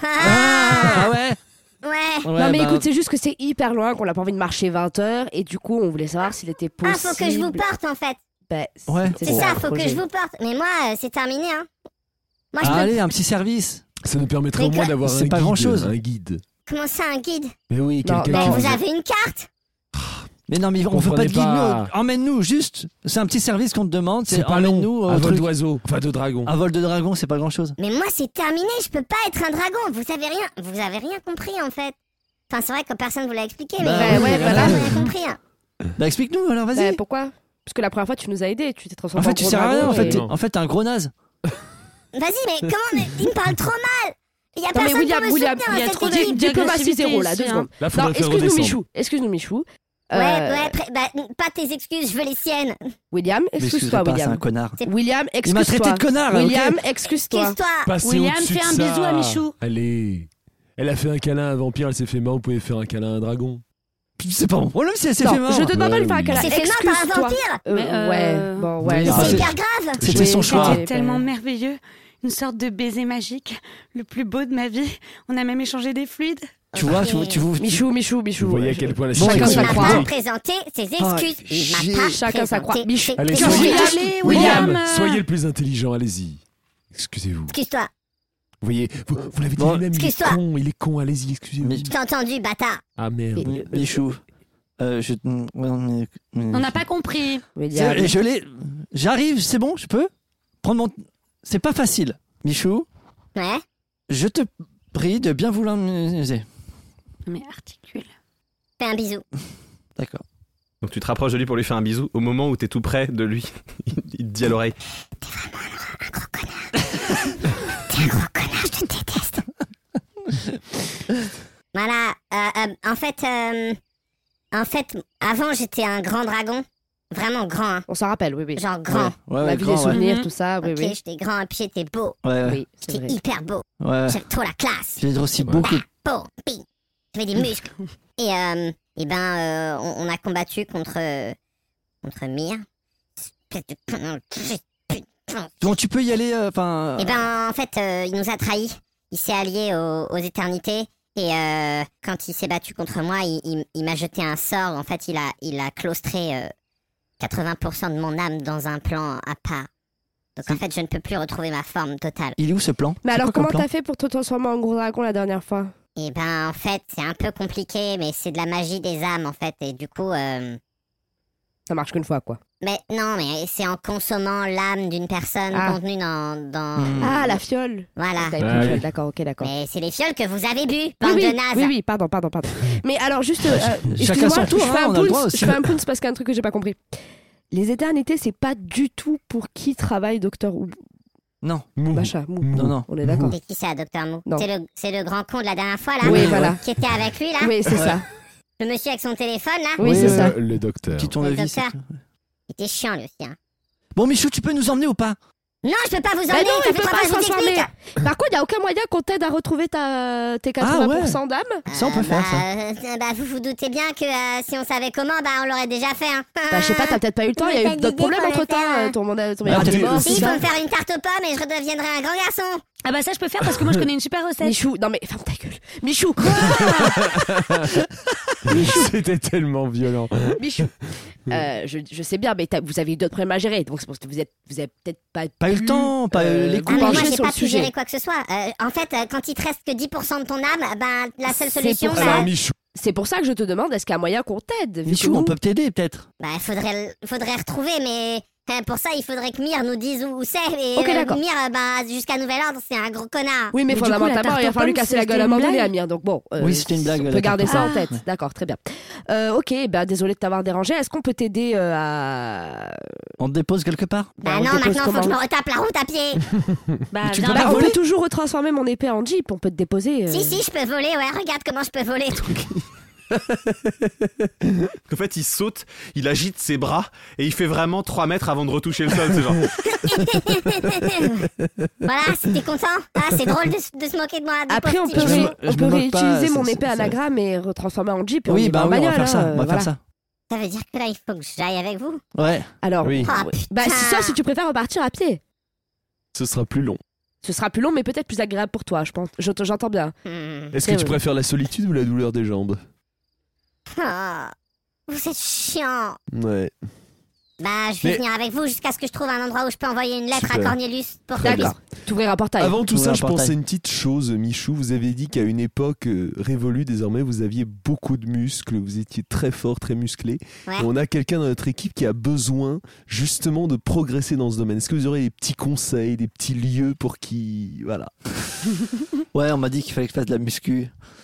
Speaker 4: Ah ouais.
Speaker 8: Ouais.
Speaker 1: Non, mais
Speaker 4: bah,
Speaker 1: écoute, c'est juste que c'est hyper loin, qu'on n'a pas envie de marcher 20 heures, et du coup, on voulait savoir s'il était
Speaker 8: Ah,
Speaker 1: possible.
Speaker 8: faut que je vous porte, en fait.
Speaker 1: Bah,
Speaker 4: Ouais.
Speaker 8: C'est ça,
Speaker 1: le
Speaker 8: faut que
Speaker 1: projet.
Speaker 8: je vous porte. Mais moi, c'est terminé, hein. Moi, je peux...
Speaker 4: Allez, un petit service.
Speaker 7: Ça nous permettrait
Speaker 8: Mais
Speaker 7: au moins
Speaker 8: quoi?
Speaker 7: d'avoir un
Speaker 4: C'est
Speaker 7: guide.
Speaker 4: pas grand-chose.
Speaker 7: Un guide.
Speaker 8: Comment ça, un guide?
Speaker 7: Mais oui,
Speaker 1: Non,
Speaker 7: quelqu'un
Speaker 1: non,
Speaker 7: qui
Speaker 8: Vous
Speaker 7: vous...
Speaker 8: avez une carte?
Speaker 4: Mais non, mais on veut pas de guide.
Speaker 7: Comprenez pas.
Speaker 4: Emmène-nous, juste. C'est un petit service qu'on te demande.
Speaker 7: C'est pas
Speaker 4: emmène-nous
Speaker 7: long.
Speaker 4: au
Speaker 7: Un vol
Speaker 4: truc.
Speaker 7: d'oiseau. Enfin, de dragon.
Speaker 4: Un vol de dragon, c'est pas grand-chose.
Speaker 8: Mais moi, c'est terminé. Je peux pas être un dragon. Vous avez rien compris, en fait. Enfin, c'est vrai que personne vous l'a expliqué, mais
Speaker 4: Bah
Speaker 1: ouais,
Speaker 8: vous
Speaker 1: voilà.
Speaker 8: avez rien compris. Hein.
Speaker 4: Bah explique-nous alors,
Speaker 1: Bah,
Speaker 4: vas-y.
Speaker 1: pourquoi? Parce que la première fois, tu nous as aidés, tu t'es
Speaker 4: En
Speaker 1: transformé
Speaker 4: fait, tu
Speaker 1: gros
Speaker 4: sers à rien.
Speaker 1: dragon
Speaker 4: En fait,
Speaker 1: et-
Speaker 7: Non.
Speaker 4: t'es un gros naze.
Speaker 8: Vas-y, mais comment... Il me parle trop mal. Il y a
Speaker 1: Non, mais
Speaker 8: personne
Speaker 1: William,
Speaker 8: pour me
Speaker 1: William,
Speaker 8: soutenir
Speaker 5: il y a
Speaker 8: dans cette
Speaker 5: trop
Speaker 8: équipe.
Speaker 1: Diplomatie zéro, là, 2
Speaker 5: ici,
Speaker 1: secondes.
Speaker 7: Là, faudrait
Speaker 1: Non,
Speaker 7: faire
Speaker 1: excuse-nous,
Speaker 7: redescendre.
Speaker 1: Excuse-nous, Michou.
Speaker 8: Pas tes excuses, je veux les siennes.
Speaker 1: William,
Speaker 4: Mais
Speaker 1: excuse-toi,
Speaker 4: pas, c'est un
Speaker 1: William.
Speaker 4: connard.
Speaker 1: William,
Speaker 4: Il m'a traité
Speaker 1: excuse-toi.
Speaker 4: de connard.
Speaker 1: William,
Speaker 4: ok
Speaker 1: excuse-toi.
Speaker 8: Excuse-toi.
Speaker 7: Passez
Speaker 5: William,
Speaker 7: au-dessus
Speaker 5: fais
Speaker 7: de
Speaker 5: un
Speaker 7: ça.
Speaker 5: bisou à Michou.
Speaker 7: Allez. Elle a fait un câlin à un vampire, elle s'est fait mort, vous pouvez faire un câlin à un dragon.
Speaker 4: C'est pas mon problème si elle s'est
Speaker 1: Non,
Speaker 4: fait mort.
Speaker 1: je te demande pas de lui faire un
Speaker 7: oui.
Speaker 1: câlin.
Speaker 8: C'est fait mal par un
Speaker 1: Excuse-toi.
Speaker 8: vampire.
Speaker 1: Ouais, bon, ouais.
Speaker 4: Ah,
Speaker 8: C'est
Speaker 4: c'est-
Speaker 8: hyper grave.
Speaker 4: C'était son choix.
Speaker 5: C'était tellement merveilleux. Une sorte de baiser magique, le plus beau de ma vie. On a même échangé des fluides.
Speaker 4: Tu vois,
Speaker 1: Michou.
Speaker 7: Vous voyez à quel point la
Speaker 4: Bon,
Speaker 7: situation
Speaker 1: chacun
Speaker 8: Il
Speaker 1: sa
Speaker 8: m'a
Speaker 7: est
Speaker 1: croix.
Speaker 8: pas
Speaker 7: compliquée.
Speaker 8: présenté ses excuses.
Speaker 4: Ah,
Speaker 8: Il m'a pas
Speaker 1: chacun sa croix.
Speaker 8: présenté ses
Speaker 7: Allez,
Speaker 8: excuses.
Speaker 7: soyez-
Speaker 5: Allez,
Speaker 7: William,
Speaker 5: William.
Speaker 7: soyez le plus intelligent, allez-y. Excusez-vous.
Speaker 8: Excuse-toi.
Speaker 7: Vous voyez, vous l'avez dit
Speaker 4: Bon,
Speaker 7: lui-même,
Speaker 8: excuse-toi.
Speaker 7: il est con, allez-y, excusez-vous.
Speaker 4: Mais-
Speaker 8: Je t'ai entendu, bâtard.
Speaker 7: Ah merde.
Speaker 4: Michou.
Speaker 5: On n'a pas compris.
Speaker 1: William.
Speaker 4: Je l'ai. J'arrive, c'est bon, je peux prendre mon. C'est pas facile. Michou,
Speaker 8: Ouais.
Speaker 4: je te prie de bien vouloir m'amuser.
Speaker 5: Mais articule.
Speaker 8: Fais un bisou.
Speaker 4: D'accord.
Speaker 2: Donc tu te rapproches de lui pour lui faire un bisou. Au moment où t'es tout près de lui, il te dit à l'oreille.
Speaker 8: Un gros connard, je te déteste. Voilà. En fait, avant j'étais un grand dragon. Vraiment grand, hein.
Speaker 1: On s'en rappelle, oui, oui.
Speaker 8: Genre grand.
Speaker 4: Ouais,
Speaker 1: On a vu
Speaker 4: grand,
Speaker 1: les souvenirs,
Speaker 5: ouais.
Speaker 1: tout ça, oui,
Speaker 8: Ok,
Speaker 1: oui.
Speaker 8: j'étais grand et puis j'étais beau.
Speaker 4: Ouais, ouais.
Speaker 1: Oui, c'est
Speaker 8: J'étais
Speaker 1: vrai.
Speaker 8: hyper beau.
Speaker 4: Ouais.
Speaker 8: J'avais trop la classe.
Speaker 4: J'ai aussi beau que.
Speaker 8: Beau. Bing. J'avais des muscles. Et on a combattu contre Myr. Espèce de connard. Putain.
Speaker 4: Bon, tu peux y aller. Enfin.
Speaker 8: En fait, il nous a trahis. Il s'est allié aux éternités. Et quand il s'est battu contre moi, il m'a jeté un sort. En fait, il a claustré 80% de mon âme dans un plan à part. Donc en fait, je ne peux plus retrouver ma forme totale.
Speaker 4: Il est où ce plan
Speaker 1: Mais
Speaker 4: C'est
Speaker 1: alors,
Speaker 4: quoi comme
Speaker 1: comment
Speaker 4: plan
Speaker 1: t'as fait pour te transformer en gros dragon la dernière fois?
Speaker 8: Et en fait, c'est un peu compliqué, mais c'est de la magie des âmes, en fait. Et du coup,
Speaker 1: Ça marche qu'une fois, quoi.
Speaker 8: mais non, mais c'est en consommant l'âme d'une personne
Speaker 1: Ah.
Speaker 8: contenue dans...
Speaker 1: Ah, la fiole.
Speaker 8: Voilà.
Speaker 1: T'avais pris
Speaker 7: Ah
Speaker 1: une
Speaker 7: oui.
Speaker 1: fiole, d'accord, ok, d'accord.
Speaker 8: Mais c'est les fioles que vous avez bu,
Speaker 1: Oui,
Speaker 8: bande
Speaker 1: oui,
Speaker 8: de nazes.
Speaker 1: oui, pardon. Mais alors, juste,
Speaker 4: Chacun son
Speaker 1: excuse-moi,
Speaker 4: tour,
Speaker 1: je fais
Speaker 4: hein,
Speaker 1: un
Speaker 4: on a le droit
Speaker 1: pounce,
Speaker 4: aussi.
Speaker 1: je fais un pounce parce qu'il y a un truc que j'ai pas compris. Les éternités, c'est pas du tout pour qui travaille Docteur ou
Speaker 4: Non.
Speaker 7: Mou.
Speaker 1: machin. Mou.
Speaker 4: Non, non.
Speaker 1: On est d'accord.
Speaker 8: C'est qui ça, Docteur Mou?
Speaker 1: Non.
Speaker 8: C'est le grand con de la dernière fois, là?
Speaker 1: Oui, voilà.
Speaker 8: Qui était avec lui, là?
Speaker 1: Oui, c'est
Speaker 4: Ouais.
Speaker 1: ça.
Speaker 8: Le monsieur avec son téléphone, là?
Speaker 1: Oui, c'est ça.
Speaker 7: Le docteur.
Speaker 4: Petit
Speaker 8: Le
Speaker 4: tournevis.
Speaker 8: docteur.
Speaker 4: c'est tout.
Speaker 8: Il était chiant, lui aussi, hein.
Speaker 4: Bon, Michou, tu peux nous emmener ou pas
Speaker 8: Non, je peux pas vous
Speaker 1: Mais
Speaker 8: emmener,
Speaker 1: non,
Speaker 8: ça
Speaker 1: il
Speaker 8: fait
Speaker 1: peut
Speaker 8: 3
Speaker 1: pas
Speaker 8: fois
Speaker 1: se
Speaker 8: que je vous
Speaker 1: transformer.
Speaker 8: explique.
Speaker 1: Par contre, il n'y a aucun moyen qu'on t'aide à retrouver tes 80%
Speaker 4: Ah ouais.
Speaker 1: d'âme.
Speaker 4: Ça, on peut faire ça.
Speaker 8: Vous vous doutez bien que si on savait comment, on l'aurait déjà fait, hein.
Speaker 1: Bah, je sais pas, t'as peut-être pas eu le temps, il y a eu d'autres problèmes entre temps. Ton meilleur
Speaker 7: t'es-
Speaker 1: est mort,
Speaker 8: Si,
Speaker 1: c'est
Speaker 8: il faut
Speaker 1: ça.
Speaker 8: me faire une tarte aux pommes et je redeviendrai un grand garçon.
Speaker 5: Ah bah ça je peux faire parce que moi je connais une super recette.
Speaker 1: Michou, non mais ferme ta gueule. Michou,
Speaker 7: C'était tellement violent.
Speaker 1: Michou. Je sais bien, mais vous avez eu d'autres problèmes à gérer, donc c'est pour ça que vous avez peut-être
Speaker 4: Pas eu le
Speaker 1: pu,
Speaker 4: temps, pas les
Speaker 1: vous
Speaker 8: Ah, mais moi,
Speaker 1: pencher
Speaker 8: j'ai
Speaker 1: sur
Speaker 8: pas
Speaker 1: le
Speaker 8: pu
Speaker 1: sujet.
Speaker 8: gérer quoi que ce soit. En fait, quand il te reste que 10% de ton âme, la seule
Speaker 1: C'est
Speaker 8: solution,
Speaker 1: pour ça.
Speaker 7: Alors Michou,
Speaker 1: C'est pour ça que je te demande, est-ce qu'il y a moyen qu'on t'aide,
Speaker 4: Michou, on peut t'aider peut-être.
Speaker 8: faudrait retrouver, mais pour ça, il faudrait que Myr nous dise où c'est. Et
Speaker 1: Ok, d'accord.
Speaker 8: Myr, jusqu'à nouvel ordre, c'est un gros connard.
Speaker 1: Oui, mais
Speaker 5: du coup, la
Speaker 1: fondamentalement,
Speaker 5: tarte
Speaker 1: il a
Speaker 5: aux
Speaker 1: fallu
Speaker 5: pommes,
Speaker 1: casser la gueule à un
Speaker 5: c'était
Speaker 1: moment
Speaker 5: une
Speaker 1: donné,
Speaker 5: blague
Speaker 1: Amir. Donc bon,
Speaker 4: Oui, c'était une blague,
Speaker 1: On
Speaker 4: la
Speaker 1: peut garder
Speaker 4: tarte
Speaker 1: ça
Speaker 4: aux
Speaker 1: en
Speaker 4: pommes.
Speaker 1: tête. D'accord, très bien. Ok, désolé de t'avoir dérangé. Est-ce qu'on peut t'aider à...
Speaker 4: On te dépose quelque part
Speaker 8: Bah
Speaker 1: on
Speaker 8: non,
Speaker 1: dépose
Speaker 8: maintenant, faut que je me
Speaker 1: comment
Speaker 8: retape la route à pied.
Speaker 5: Bah,
Speaker 4: tu
Speaker 5: viens,
Speaker 4: peux pas
Speaker 1: On
Speaker 4: voler
Speaker 1: peut toujours retransformer mon épée en jeep, on peut te déposer.
Speaker 8: Si, je peux voler, ouais, regarde comment je peux voler.
Speaker 2: En fait, il saute, il agite ses bras et il fait vraiment 3 mètres avant de retoucher le sol. C'est genre.
Speaker 8: Voilà, c'était content. Ah, c'est drôle de se moquer de moi. du
Speaker 1: Après,
Speaker 8: pauvre
Speaker 1: on
Speaker 8: petit
Speaker 1: peut,
Speaker 8: Michou.
Speaker 4: je
Speaker 1: on peut
Speaker 4: me moque pas,
Speaker 1: réutiliser mon
Speaker 4: c'est-
Speaker 1: épée
Speaker 4: c'est-
Speaker 1: anagramme et retransformer en jeep. Et
Speaker 4: Oui,
Speaker 1: on y va en
Speaker 4: bah oui, on va
Speaker 1: bagnole,
Speaker 4: faire ça.
Speaker 1: hein,
Speaker 4: On va
Speaker 1: voilà.
Speaker 4: faire ça.
Speaker 8: Ça veut dire que là, il faut que j'aille avec vous.
Speaker 4: Ouais.
Speaker 1: Alors,
Speaker 7: Oui.
Speaker 8: Ah,
Speaker 1: bah,
Speaker 8: putain.
Speaker 1: sauf si tu préfères repartir à pied.
Speaker 7: ce sera plus long.
Speaker 1: Ce sera plus long, mais peut-être plus agréable pour toi, je pense. J'entends bien.
Speaker 7: Est-ce
Speaker 1: C'est
Speaker 7: que tu
Speaker 1: vrai.
Speaker 7: préfères la solitude ou la douleur des jambes?
Speaker 8: Ah, vous êtes chiant.
Speaker 7: Ouais.
Speaker 8: Bah, je vais
Speaker 7: Mais-
Speaker 8: venir avec vous jusqu'à ce que je trouve un endroit où je peux envoyer une lettre
Speaker 7: Super.
Speaker 8: à Cornelius pour qu'il puisse.
Speaker 1: D'accord. T'ouvrir un portail.
Speaker 7: Avant tout
Speaker 4: Trouver
Speaker 7: ça,
Speaker 4: un
Speaker 7: je
Speaker 4: portail.
Speaker 7: pensais à une petite chose, Michou. Vous avez dit qu'à une époque révolue, désormais, vous aviez beaucoup de muscles. Vous étiez très fort, très musclé.
Speaker 8: Ouais.
Speaker 7: Et on a quelqu'un dans notre équipe qui a besoin, justement, de progresser dans ce domaine. Est-ce que vous aurez des petits conseils, des petits lieux pour qui... Voilà.
Speaker 4: Ouais, on m'a dit qu'il fallait que je fasse de la muscu.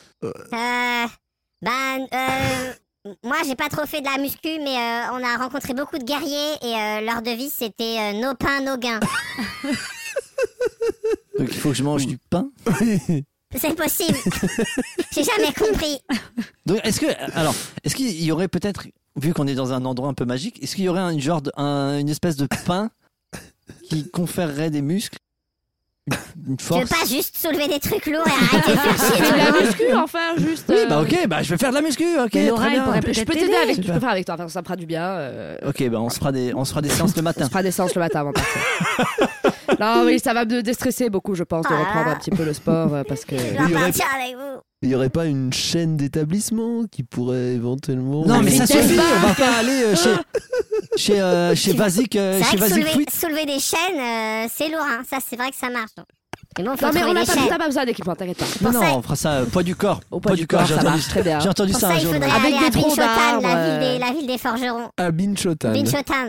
Speaker 8: Moi, j'ai pas trop fait de la muscu, mais on a rencontré beaucoup de guerriers et leur devise c'était nos pains, nos gains.
Speaker 4: Donc il faut que je mange du pain.
Speaker 8: C'est possible. J'ai jamais compris.
Speaker 4: Donc, est-ce qu'il y aurait peut-être, vu qu'on est dans un endroit un peu magique, est-ce qu'il y aurait une espèce de pain qui conférerait des muscles, une
Speaker 8: Tu
Speaker 4: force?
Speaker 8: veux pas juste soulever des trucs lourds et arrêter de faire chier
Speaker 1: C'est
Speaker 8: tout
Speaker 1: de
Speaker 8: le
Speaker 1: la
Speaker 8: monde?
Speaker 1: muscu, enfin, juste.
Speaker 4: Oui, bah ok, bah je vais faire de la muscu, ok,
Speaker 5: Mais Laura,
Speaker 4: très
Speaker 5: elle
Speaker 4: bien.
Speaker 5: pourrait
Speaker 1: Je
Speaker 5: peut-être
Speaker 1: peux t'aider
Speaker 5: t'aider.
Speaker 1: avec. Je
Speaker 4: Super.
Speaker 1: peux faire avec toi. Enfin, ça me fera du bien.
Speaker 4: Ok, bah on se fera des séances le
Speaker 1: On
Speaker 4: matin.
Speaker 1: se fera des séances le matin avant de partir. Non, oui, ça va me déstresser beaucoup, je pense, de reprendre un petit peu le sport parce que.
Speaker 8: Je
Speaker 7: Il y
Speaker 8: dois
Speaker 7: aurait-
Speaker 8: partir avec vous.
Speaker 7: Il y aurait pas une chaîne d'établissements qui pourrait éventuellement.
Speaker 4: Non, mais ça
Speaker 1: Fitness
Speaker 4: suffit,
Speaker 1: bar.
Speaker 4: on va pas aller chez Vazik,
Speaker 8: C'est
Speaker 4: chez
Speaker 8: vrai que
Speaker 4: Vazik Fruit.
Speaker 8: soulever des chaînes, c'est lourd. Hein. Ça, c'est vrai que ça marche. Mais bon, faut
Speaker 1: Non, mais
Speaker 8: trouver
Speaker 1: on n'a
Speaker 8: des chaînes.
Speaker 1: pas besoin d'équipement, t'inquiète pas.
Speaker 4: Non,
Speaker 8: Pour
Speaker 4: non,
Speaker 8: ça-
Speaker 4: on fera ça poids du corps.
Speaker 1: Au poids du corps,
Speaker 4: j'ai
Speaker 1: ça
Speaker 4: entendu-
Speaker 1: marche très bien.
Speaker 4: J'ai entendu
Speaker 8: Pour
Speaker 4: ça
Speaker 8: ça,
Speaker 4: un
Speaker 8: il
Speaker 4: jour.
Speaker 8: faudrait
Speaker 1: Avec
Speaker 8: aller
Speaker 1: des
Speaker 8: à
Speaker 1: troncs
Speaker 8: Binchotan,
Speaker 1: d'arbres,
Speaker 8: la ville des forgerons.
Speaker 7: À Binchotan.
Speaker 8: Binchotan.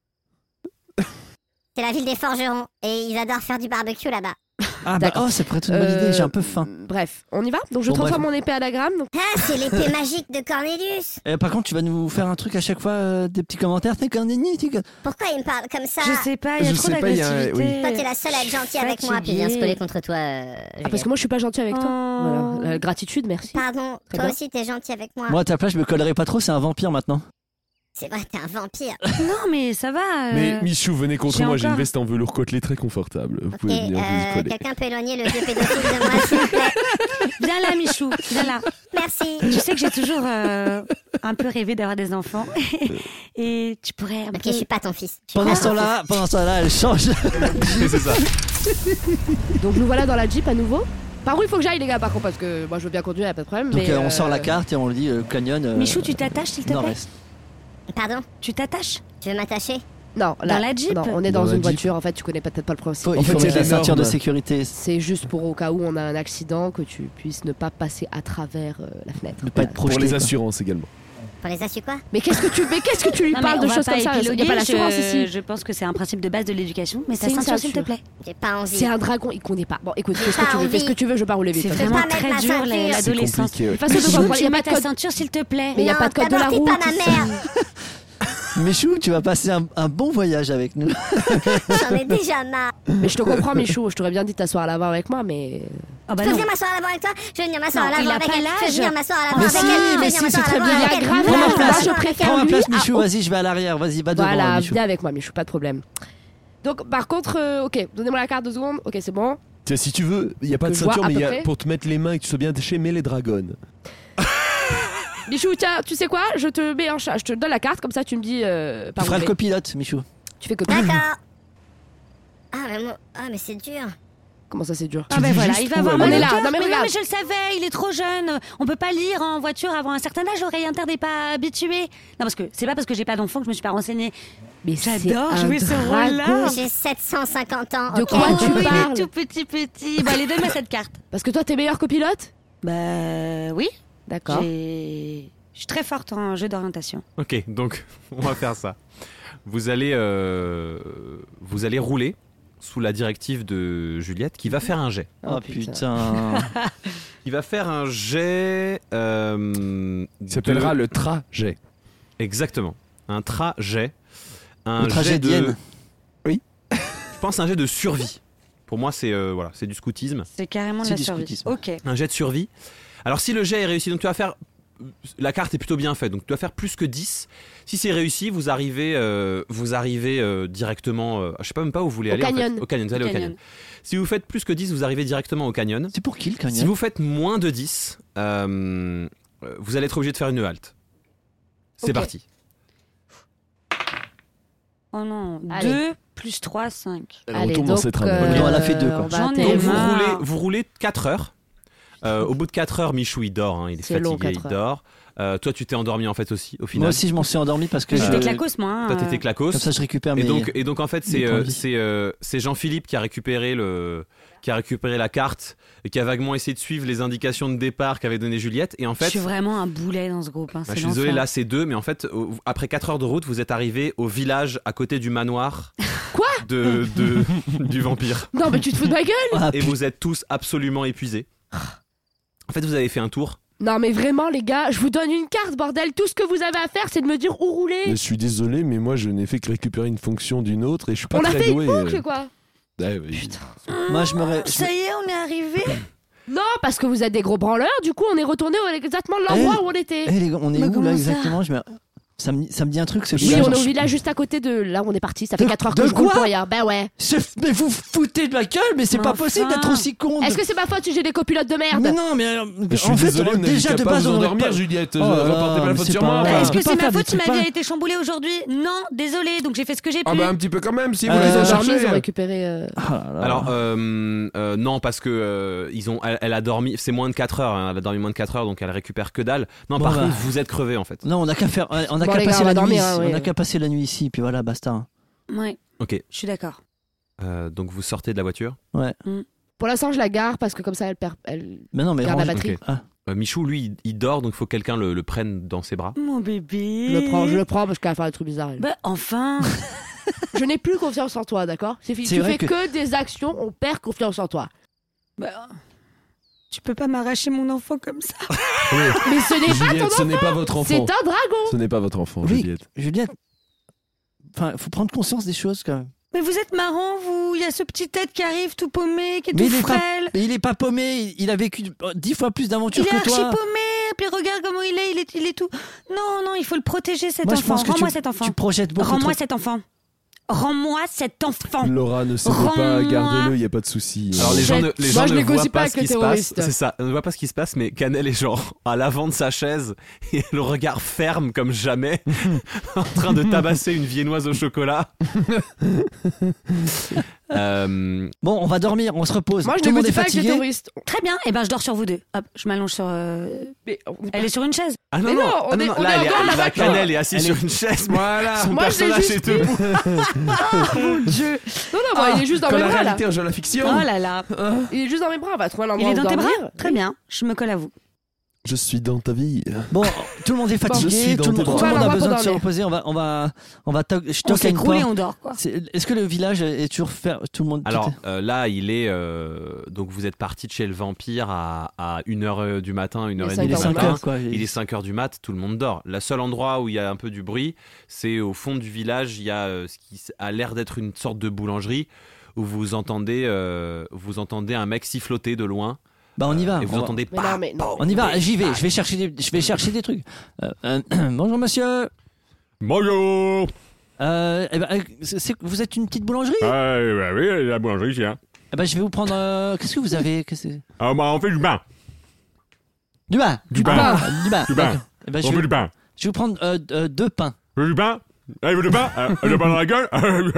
Speaker 8: C'est la ville des forgerons. Et ils adorent faire du barbecue là-bas.
Speaker 4: Ah bah
Speaker 1: D'accord.
Speaker 4: ça pourrait être une bonne idée, j'ai un peu faim.
Speaker 1: Bref, on y va. Donc je
Speaker 4: Bon,
Speaker 1: transforme
Speaker 4: bref.
Speaker 1: mon épée à la gramme. Donc...
Speaker 8: Ah, c'est l'épée magique de Cornelius.
Speaker 4: Par contre, tu vas nous faire un truc à chaque fois, des petits commentaires. T'es Cornelius,
Speaker 8: Pourquoi il me parle comme ça?
Speaker 5: Je sais pas, il y a
Speaker 7: Je
Speaker 5: trop
Speaker 7: sais pas, il y a-
Speaker 5: d'agressivité.
Speaker 8: Toi, t'es la seule à être gentille avec moi, puis je viens se coller contre toi.
Speaker 1: parce que moi je suis pas gentil avec toi.
Speaker 5: Oh.
Speaker 1: Voilà. Gratitude, merci.
Speaker 8: Pardon,
Speaker 1: Très
Speaker 8: toi
Speaker 1: bien.
Speaker 8: aussi, t'es gentil avec moi.
Speaker 4: Moi à ta place, je me collerai pas trop, c'est un vampire maintenant.
Speaker 8: C'est vrai, t'es un vampire.
Speaker 5: Non, mais ça va.
Speaker 7: Mais Michou, venez contre
Speaker 5: j'ai
Speaker 7: moi, j'ai une
Speaker 5: encore-
Speaker 7: veste en velours côtelé très confortable. Vous
Speaker 8: Ok,
Speaker 7: pouvez venir vous coller.
Speaker 8: quelqu'un peut éloigner le vieux pédophile de moi, s'il vous plaît.
Speaker 5: Viens là, Michou, viens là.
Speaker 8: Merci.
Speaker 5: Tu sais que j'ai toujours un peu rêvé d'avoir des enfants. Et tu pourrais un
Speaker 8: Ok,
Speaker 5: peu...
Speaker 8: je suis pas ton fils.
Speaker 4: Pendant ce temps-là, elle change.
Speaker 2: C'est ça.
Speaker 1: Donc nous voilà dans la Jeep à nouveau. Par où il faut que j'aille les gars par contre parce que moi je veux bien conduire, y a pas de problème.
Speaker 4: Donc
Speaker 1: mais
Speaker 4: on sort la carte et on le dit, canyon.
Speaker 5: Michou, tu t'attaches, s'il te plaît.
Speaker 4: nord-est.
Speaker 8: Pardon,
Speaker 5: Tu t'attaches
Speaker 8: tu veux m'attacher?
Speaker 1: Non, là,
Speaker 5: Dans la Jeep.
Speaker 1: non, on est
Speaker 7: Dans
Speaker 1: dans
Speaker 7: la
Speaker 1: une
Speaker 7: Jeep.
Speaker 1: voiture en fait, tu connais peut-être pas le principe.
Speaker 4: Il faut
Speaker 7: il y a
Speaker 4: mettre la
Speaker 7: des
Speaker 4: ceinture de
Speaker 7: normes.
Speaker 4: sécurité.
Speaker 1: C'est juste pour au cas où on a un accident que tu puisses ne pas passer à travers la fenêtre.
Speaker 4: Ne pas être
Speaker 7: Pour
Speaker 4: projeté.
Speaker 7: les
Speaker 4: quoi.
Speaker 7: assurances également.
Speaker 8: Pour les assus quoi?
Speaker 1: Mais qu'est-ce que tu lui
Speaker 5: Non, mais
Speaker 1: parles
Speaker 5: on
Speaker 1: de
Speaker 5: va
Speaker 1: choses
Speaker 5: pas
Speaker 1: comme ça? Il n'y a
Speaker 5: épiloguer,
Speaker 1: pas l'assurance ici.
Speaker 5: Je pense que c'est un principe de base de l'éducation. Mais ta
Speaker 1: C'est une
Speaker 5: ceinture, s'il te
Speaker 1: ceinture.
Speaker 5: plaît.
Speaker 8: J'ai pas envie.
Speaker 1: C'est un dragon, il connaît pas. Bon, écoute, fais ce
Speaker 8: pas
Speaker 1: que tu veux, fais ce que
Speaker 8: envie.
Speaker 1: tu veux, je pars rouler vite.
Speaker 5: C'est
Speaker 1: de toute
Speaker 5: vraiment
Speaker 8: pas mettre
Speaker 5: très
Speaker 8: ma
Speaker 5: dur,
Speaker 8: ceinture.
Speaker 7: C'est
Speaker 5: l'adolescence.
Speaker 7: compliqué. Ouais.
Speaker 1: façon, de toute façon, il y a pas de
Speaker 5: ta
Speaker 1: code.
Speaker 5: ceinture, s'il te plaît.
Speaker 1: Mais il n'y a
Speaker 8: Non,
Speaker 1: pas de code de la
Speaker 8: d'abord,
Speaker 1: route.
Speaker 8: t'es pas ma mère.
Speaker 4: Michou, tu vas passer un bon voyage avec nous.
Speaker 8: J'en ai déjà marre.
Speaker 1: Mais je te comprends, Michou. Je t'aurais bien dit de t'asseoir à l'avant avec moi, mais.
Speaker 5: Ah bah
Speaker 8: Je peux
Speaker 5: non.
Speaker 8: venir m'asseoir à l'avant avec toi? Je vais venir m'asseoir à
Speaker 5: Non, il
Speaker 8: l'avant
Speaker 5: a
Speaker 8: avec
Speaker 5: pas
Speaker 8: elle. Je vais
Speaker 5: l'âge.
Speaker 8: venir m'asseoir à l'avant
Speaker 4: Mais
Speaker 8: avec
Speaker 4: si,
Speaker 8: elle. Je vais
Speaker 4: mais
Speaker 8: venir
Speaker 4: si, c'est
Speaker 8: m'asseoir à
Speaker 4: très
Speaker 8: l'avant
Speaker 4: bien.
Speaker 8: avec
Speaker 1: Il y a
Speaker 8: elle.
Speaker 1: grave
Speaker 8: Viens,
Speaker 1: l'âge.
Speaker 8: je vais
Speaker 1: Moi, je
Speaker 8: m'asseoir avec
Speaker 1: préfère
Speaker 8: elle.
Speaker 4: Prends ma
Speaker 1: lui
Speaker 4: place,
Speaker 1: à-
Speaker 4: Michou. Vas-y, je vais à l'arrière. Vas-y, va devant,
Speaker 1: Voilà,
Speaker 4: Michou.
Speaker 1: viens avec moi, Michou, pas de problème. Donc, par contre, ok, donnez-moi la carte 2 secondes. Ok, c'est bon.
Speaker 7: Tiens, si tu veux, il n'y a pas
Speaker 1: Que
Speaker 7: de
Speaker 1: je vois
Speaker 7: ceinture,
Speaker 1: à
Speaker 7: mais il y
Speaker 1: peu
Speaker 7: a,
Speaker 1: près.
Speaker 7: pour te mettre les mains et que tu sois bien attaché, mets les dragons.
Speaker 1: Michou, tiens, tu sais quoi? Je te mets en charge. Je te donne la carte, comme ça tu me dis
Speaker 4: Tu
Speaker 1: par où
Speaker 4: feras
Speaker 1: je
Speaker 4: le
Speaker 1: vais.
Speaker 4: copilote, Michou.
Speaker 1: Tu fais copie.
Speaker 8: D'accord. Ah, mais c'est dur.
Speaker 1: Comment ça, c'est dur?
Speaker 5: Ah ben
Speaker 7: dis
Speaker 5: voilà,
Speaker 7: juste
Speaker 5: il va
Speaker 7: où
Speaker 5: avoir
Speaker 7: aller.
Speaker 5: mal
Speaker 1: On est
Speaker 5: au
Speaker 1: là.
Speaker 5: cœur.
Speaker 1: Non, mais regarde.
Speaker 5: mais je le savais, il est trop jeune. On peut pas lire en voiture avant un certain âge, l'oreille interne n'est pas habituée. Non, parce que c'est pas parce que j'ai pas d'enfant que je me suis pas renseignée.
Speaker 1: Mais c'est
Speaker 5: J'adore
Speaker 1: un
Speaker 5: jouer ce rôle-là.
Speaker 1: dragon.
Speaker 8: J'ai 750 ans.
Speaker 1: De
Speaker 8: ok.
Speaker 1: quoi tu
Speaker 5: Oh, il
Speaker 1: parles?
Speaker 5: est tout petit. Bon, allez, donne-moi cette carte.
Speaker 1: Parce que toi, t'es meilleur copilote?
Speaker 5: Bah oui,
Speaker 1: D'accord.
Speaker 5: je suis très forte en jeu d'orientation.
Speaker 2: Ok, donc on va faire ça. Vous allez rouler sous la directive de Juliette qui va faire un jet.
Speaker 4: Oh putain.
Speaker 2: Il va faire un jet.
Speaker 7: Il s'appellera le trajet.
Speaker 2: Exactement. Un trajet. Un
Speaker 4: Le trajet
Speaker 2: jet de.
Speaker 4: d'Ienne.
Speaker 2: Je pense un jet de survie. Pour moi, c'est voilà, c'est du scoutisme.
Speaker 5: C'est carrément de
Speaker 4: C'est
Speaker 5: la
Speaker 4: du
Speaker 5: survie.
Speaker 4: scoutisme.
Speaker 5: Ok.
Speaker 2: Un jet de survie. Alors, si le jet est réussi, donc tu vas faire. La carte est plutôt bien faite, donc tu dois faire plus que 10. Si c'est réussi, vous arrivez directement. Je sais pas même pas où vous voulez
Speaker 1: Au
Speaker 2: aller.
Speaker 1: canyon.
Speaker 2: En fait. Au canyon, vous allez au canyon. Si vous faites plus que 10, vous arrivez directement au canyon.
Speaker 4: C'est pour qui le canyon?
Speaker 2: Si vous faites moins de 10, vous allez être obligé de faire une halte. C'est
Speaker 1: Ok.
Speaker 2: parti.
Speaker 5: Oh non,
Speaker 1: Allez.
Speaker 5: 2 plus 3, 5.
Speaker 7: Elle retourne dans ses travers.
Speaker 4: Non, elle a fait deux, quoi.
Speaker 1: on va
Speaker 5: J'en ai
Speaker 1: atterrir.
Speaker 2: Donc
Speaker 5: marre.
Speaker 2: vous roulez 4 heures. Au bout de 4 heures, Michou il dort, hein, il est
Speaker 1: C'est long,
Speaker 2: fatigué,
Speaker 1: 4
Speaker 2: il dort. Toi tu t'es endormi en fait aussi au final.
Speaker 4: Moi aussi, je m'en suis endormi parce que
Speaker 5: J'étais
Speaker 4: je...
Speaker 5: clacos, moi. hein.
Speaker 2: Toi t'étais clacos.
Speaker 4: Comme ça, je récupère mes...
Speaker 2: Et donc en fait
Speaker 4: mes points de vie.
Speaker 2: c'est Jean-Philippe qui a récupéré la carte et qui a vaguement essayé de suivre les indications de départ qu'avait donné Juliette et en
Speaker 5: Je
Speaker 2: fait
Speaker 5: suis vraiment un boulet dans ce groupe. Hein.
Speaker 2: bah,
Speaker 5: C'est
Speaker 2: je suis désolé,
Speaker 5: l'enfer.
Speaker 2: là c'est 2, mais en fait, après 4 heures de route, vous êtes arrivé au village à côté du manoir
Speaker 1: Quoi
Speaker 2: du vampire.
Speaker 1: Non, mais tu te fous de ma gueule?
Speaker 4: Ah,
Speaker 2: Et vous êtes tous absolument épuisés. En fait, vous avez fait un tour.
Speaker 1: Non, mais vraiment, les gars, je vous donne une carte, bordel. Tout ce que vous avez à faire, c'est de me dire où rouler.
Speaker 7: Je suis désolé, mais moi je n'ai fait que récupérer une fonction d'une autre et je suis pas
Speaker 1: On a
Speaker 7: très
Speaker 1: fait
Speaker 7: doué.
Speaker 1: une boucle, quoi.
Speaker 7: Ouais, oui.
Speaker 4: Moi, je me...
Speaker 5: Ça y est, on est arrivé.
Speaker 1: Non, parce que vous êtes des gros branleurs, du coup on est retourné exactement l'endroit où on était.
Speaker 4: Les gars, on est
Speaker 5: Mais
Speaker 4: où
Speaker 5: comment
Speaker 4: là
Speaker 5: ça
Speaker 4: exactement ça me dit un truc ce
Speaker 1: Oui,
Speaker 4: village.
Speaker 1: on est au village juste à côté de là où on est parti. Ça fait
Speaker 4: De-
Speaker 1: 4 heures
Speaker 4: de
Speaker 1: que je roule
Speaker 4: quoi
Speaker 1: pour rien. Ben ouais.
Speaker 4: Mais vous foutez de ma gueule, mais c'est
Speaker 5: Mais
Speaker 4: pas
Speaker 5: enfin.
Speaker 4: possible d'être aussi con.
Speaker 1: Est-ce que c'est ma faute si j'ai des copilotes de merde?
Speaker 4: Mais non, mais
Speaker 7: Je suis
Speaker 4: en fait,
Speaker 7: désolé, on n'a
Speaker 4: déjà
Speaker 7: qu'à
Speaker 4: de
Speaker 7: pas
Speaker 4: base
Speaker 7: vous
Speaker 4: on aurait
Speaker 7: endormir,
Speaker 4: pas-
Speaker 7: Juliette.
Speaker 4: Oh là là,
Speaker 7: Reportez pas la
Speaker 4: mais
Speaker 7: faute
Speaker 4: c'est
Speaker 7: sur
Speaker 4: pas
Speaker 7: moi.
Speaker 4: vrai.
Speaker 7: enfin.
Speaker 5: Est-ce
Speaker 4: peut
Speaker 5: que
Speaker 4: pas
Speaker 5: c'est
Speaker 4: faire
Speaker 5: ma
Speaker 4: des
Speaker 5: faute si
Speaker 4: trucs
Speaker 5: ma vie
Speaker 4: pas-
Speaker 5: a été chamboulée aujourd'hui? Non, désolé, donc j'ai fait ce que j'ai pu.
Speaker 7: Ah bah un petit peu quand même, si vous
Speaker 4: Euh,
Speaker 7: les
Speaker 1: Ils ont
Speaker 7: endormez.
Speaker 1: ils ont récupéré.
Speaker 4: Ah là là.
Speaker 2: Alors non, parce que elle a dormi, c'est moins de 4 heures, hein, elle a dormi moins de 4 heures, donc elle récupère que dalle. Non,
Speaker 4: Bon,
Speaker 2: par
Speaker 4: bah.
Speaker 2: contre, vous êtes crevés en fait.
Speaker 4: Non, on a qu'à faire, on a
Speaker 1: Bon,
Speaker 4: qu'à
Speaker 1: les gars,
Speaker 4: passer
Speaker 1: on va
Speaker 4: la nuit
Speaker 1: dormir,
Speaker 4: ici.
Speaker 1: hein,
Speaker 4: On
Speaker 1: ouais.
Speaker 4: a qu'à passer la nuit ici, puis voilà, basta.
Speaker 5: Ouais,
Speaker 2: Ok,
Speaker 5: je suis d'accord.
Speaker 2: donc vous sortez de la voiture.
Speaker 1: Pour l'instant, je la gare parce que comme ça, elle perd.
Speaker 4: Mais non, mais
Speaker 1: Garde la
Speaker 4: range-
Speaker 1: batterie.
Speaker 2: Ok.
Speaker 4: Ah.
Speaker 2: Michou, lui, il dort, donc il faut que quelqu'un le prenne dans ses bras.
Speaker 5: Mon bébé.
Speaker 1: Je le prends parce qu'elle va faire des trucs bizarres. elle.
Speaker 5: Bah enfin.
Speaker 1: Je n'ai plus confiance en toi, d'accord? Tu
Speaker 4: C'est vrai
Speaker 1: fais que des actions, on perd confiance en toi.
Speaker 5: Bah, tu peux pas m'arracher mon enfant comme ça.
Speaker 1: Mais ce n'est pas ton
Speaker 7: Juliette, ce
Speaker 1: enfant.
Speaker 7: n'est pas votre
Speaker 1: C'est
Speaker 7: enfant.
Speaker 1: un dragon.
Speaker 7: Ce n'est pas votre enfant,
Speaker 4: Oui,
Speaker 7: Juliette.
Speaker 4: Juliette. Enfin, faut prendre conscience des choses quand même.
Speaker 5: Mais vous êtes marrant, vous. Il y a ce petit tête qui arrive tout paumé, qui est
Speaker 4: Mais
Speaker 5: tout
Speaker 4: il est pas-
Speaker 5: frêle.
Speaker 4: Mais il est pas paumé, il a vécu 10 fois plus
Speaker 5: Il
Speaker 4: d'aventures
Speaker 5: est
Speaker 4: que
Speaker 5: archi
Speaker 4: toi.
Speaker 5: paumé. Puis regarde comment il est tout. Non, il faut le protéger cet
Speaker 4: Moi, je
Speaker 5: enfant.
Speaker 4: pense que
Speaker 5: Rends-moi cet enfant.
Speaker 4: tu projettes beaucoup
Speaker 5: Rends-moi
Speaker 4: trop.
Speaker 5: cet enfant. Rends-moi cet enfant.
Speaker 7: Laura, ne cédez pas,
Speaker 5: Rends-moi.
Speaker 7: gardez-le, il n'y a pas de souci.
Speaker 2: Alors les gens ne, les
Speaker 1: Moi,
Speaker 2: gens
Speaker 1: je
Speaker 2: ne
Speaker 1: négocie
Speaker 2: voient
Speaker 1: pas
Speaker 2: pas
Speaker 1: avec
Speaker 2: ce qui
Speaker 1: les
Speaker 2: se passe.
Speaker 1: terroristes.
Speaker 2: C'est ça, on ne voit pas ce qui se passe, mais Canel est genre à l'avant de sa chaise et le regard ferme comme jamais, en train de tabasser une viennoise au chocolat.
Speaker 4: Bon, on va dormir, on se repose.
Speaker 1: Moi, je
Speaker 4: Tout le monde est
Speaker 1: négocie pas avec les
Speaker 4: fatigué.
Speaker 1: terroristes.
Speaker 5: Très bien. Et ben je dors sur vous deux. Hop, je m'allonge sur.
Speaker 1: Mais on est
Speaker 5: Elle est sur une chaise.
Speaker 2: Ah
Speaker 1: Mais non, on est- on est
Speaker 2: là,
Speaker 1: encore dans la
Speaker 2: la
Speaker 1: voiture.
Speaker 2: Canel est assise sur une chaise.
Speaker 7: Voilà.
Speaker 2: Son
Speaker 1: Moi, je l'ai
Speaker 2: personnage
Speaker 1: juste
Speaker 2: est debout.
Speaker 1: Mon Dieu. Non, moi, il est juste dans
Speaker 7: Quand
Speaker 1: mes
Speaker 7: la
Speaker 1: bras là.
Speaker 7: réalité rejoint la fiction.
Speaker 5: Oh là là.
Speaker 1: Il est juste dans mes bras. On va trouver un
Speaker 5: Il
Speaker 1: endroit
Speaker 5: est
Speaker 1: où
Speaker 5: dans tes bras.
Speaker 1: dormir.
Speaker 5: Très bien. Je me colle à vous.
Speaker 7: Je suis dans ta vie.
Speaker 4: Bon, tout le monde est
Speaker 7: je
Speaker 4: fatigué,
Speaker 7: suis dans
Speaker 4: tout le
Speaker 7: tes
Speaker 4: monde,
Speaker 7: bras.
Speaker 4: tout le monde a
Speaker 1: Voilà,
Speaker 4: besoin
Speaker 1: on va
Speaker 4: de se
Speaker 1: dormir.
Speaker 4: reposer. Je
Speaker 5: On
Speaker 4: toque à une
Speaker 5: s'écroule et
Speaker 4: porte.
Speaker 5: on dort quoi.
Speaker 4: Est-ce que le village est toujours fait tout le monde
Speaker 2: Alors là, il est donc vous êtes parti de chez le vampire à 1h du matin, 1h30
Speaker 1: Il
Speaker 4: il
Speaker 2: du
Speaker 4: est 5
Speaker 2: matin.
Speaker 4: heures quoi.
Speaker 2: Il est 5h du mat, tout le monde dort. Le seul endroit où il y a un peu du bruit, c'est au fond du village. Il y a ce qui a l'air d'être une sorte de boulangerie où vous entendez un mec siffloter de loin.
Speaker 4: Bah on y va.
Speaker 2: Et vous entendez
Speaker 1: Mais non, mais non.
Speaker 4: On y va, j'y vais. Je vais chercher des trucs. Bonjour monsieur.
Speaker 6: Bonjour.
Speaker 4: Vous êtes une petite boulangerie
Speaker 6: Oui, la boulangerie, ici. Hein.
Speaker 4: Eh ben, je vais vous prendre. Qu'est-ce que vous avez
Speaker 6: On fait du pain.
Speaker 4: Du pain.
Speaker 6: Du pain.
Speaker 4: Du pain.
Speaker 6: Du pain.
Speaker 4: d'accord. Eh ben,
Speaker 6: On fait du pain.
Speaker 4: je vais vous prendre 2 pains.
Speaker 6: Du pain. Il veut du pain. Le pain dans la gueule.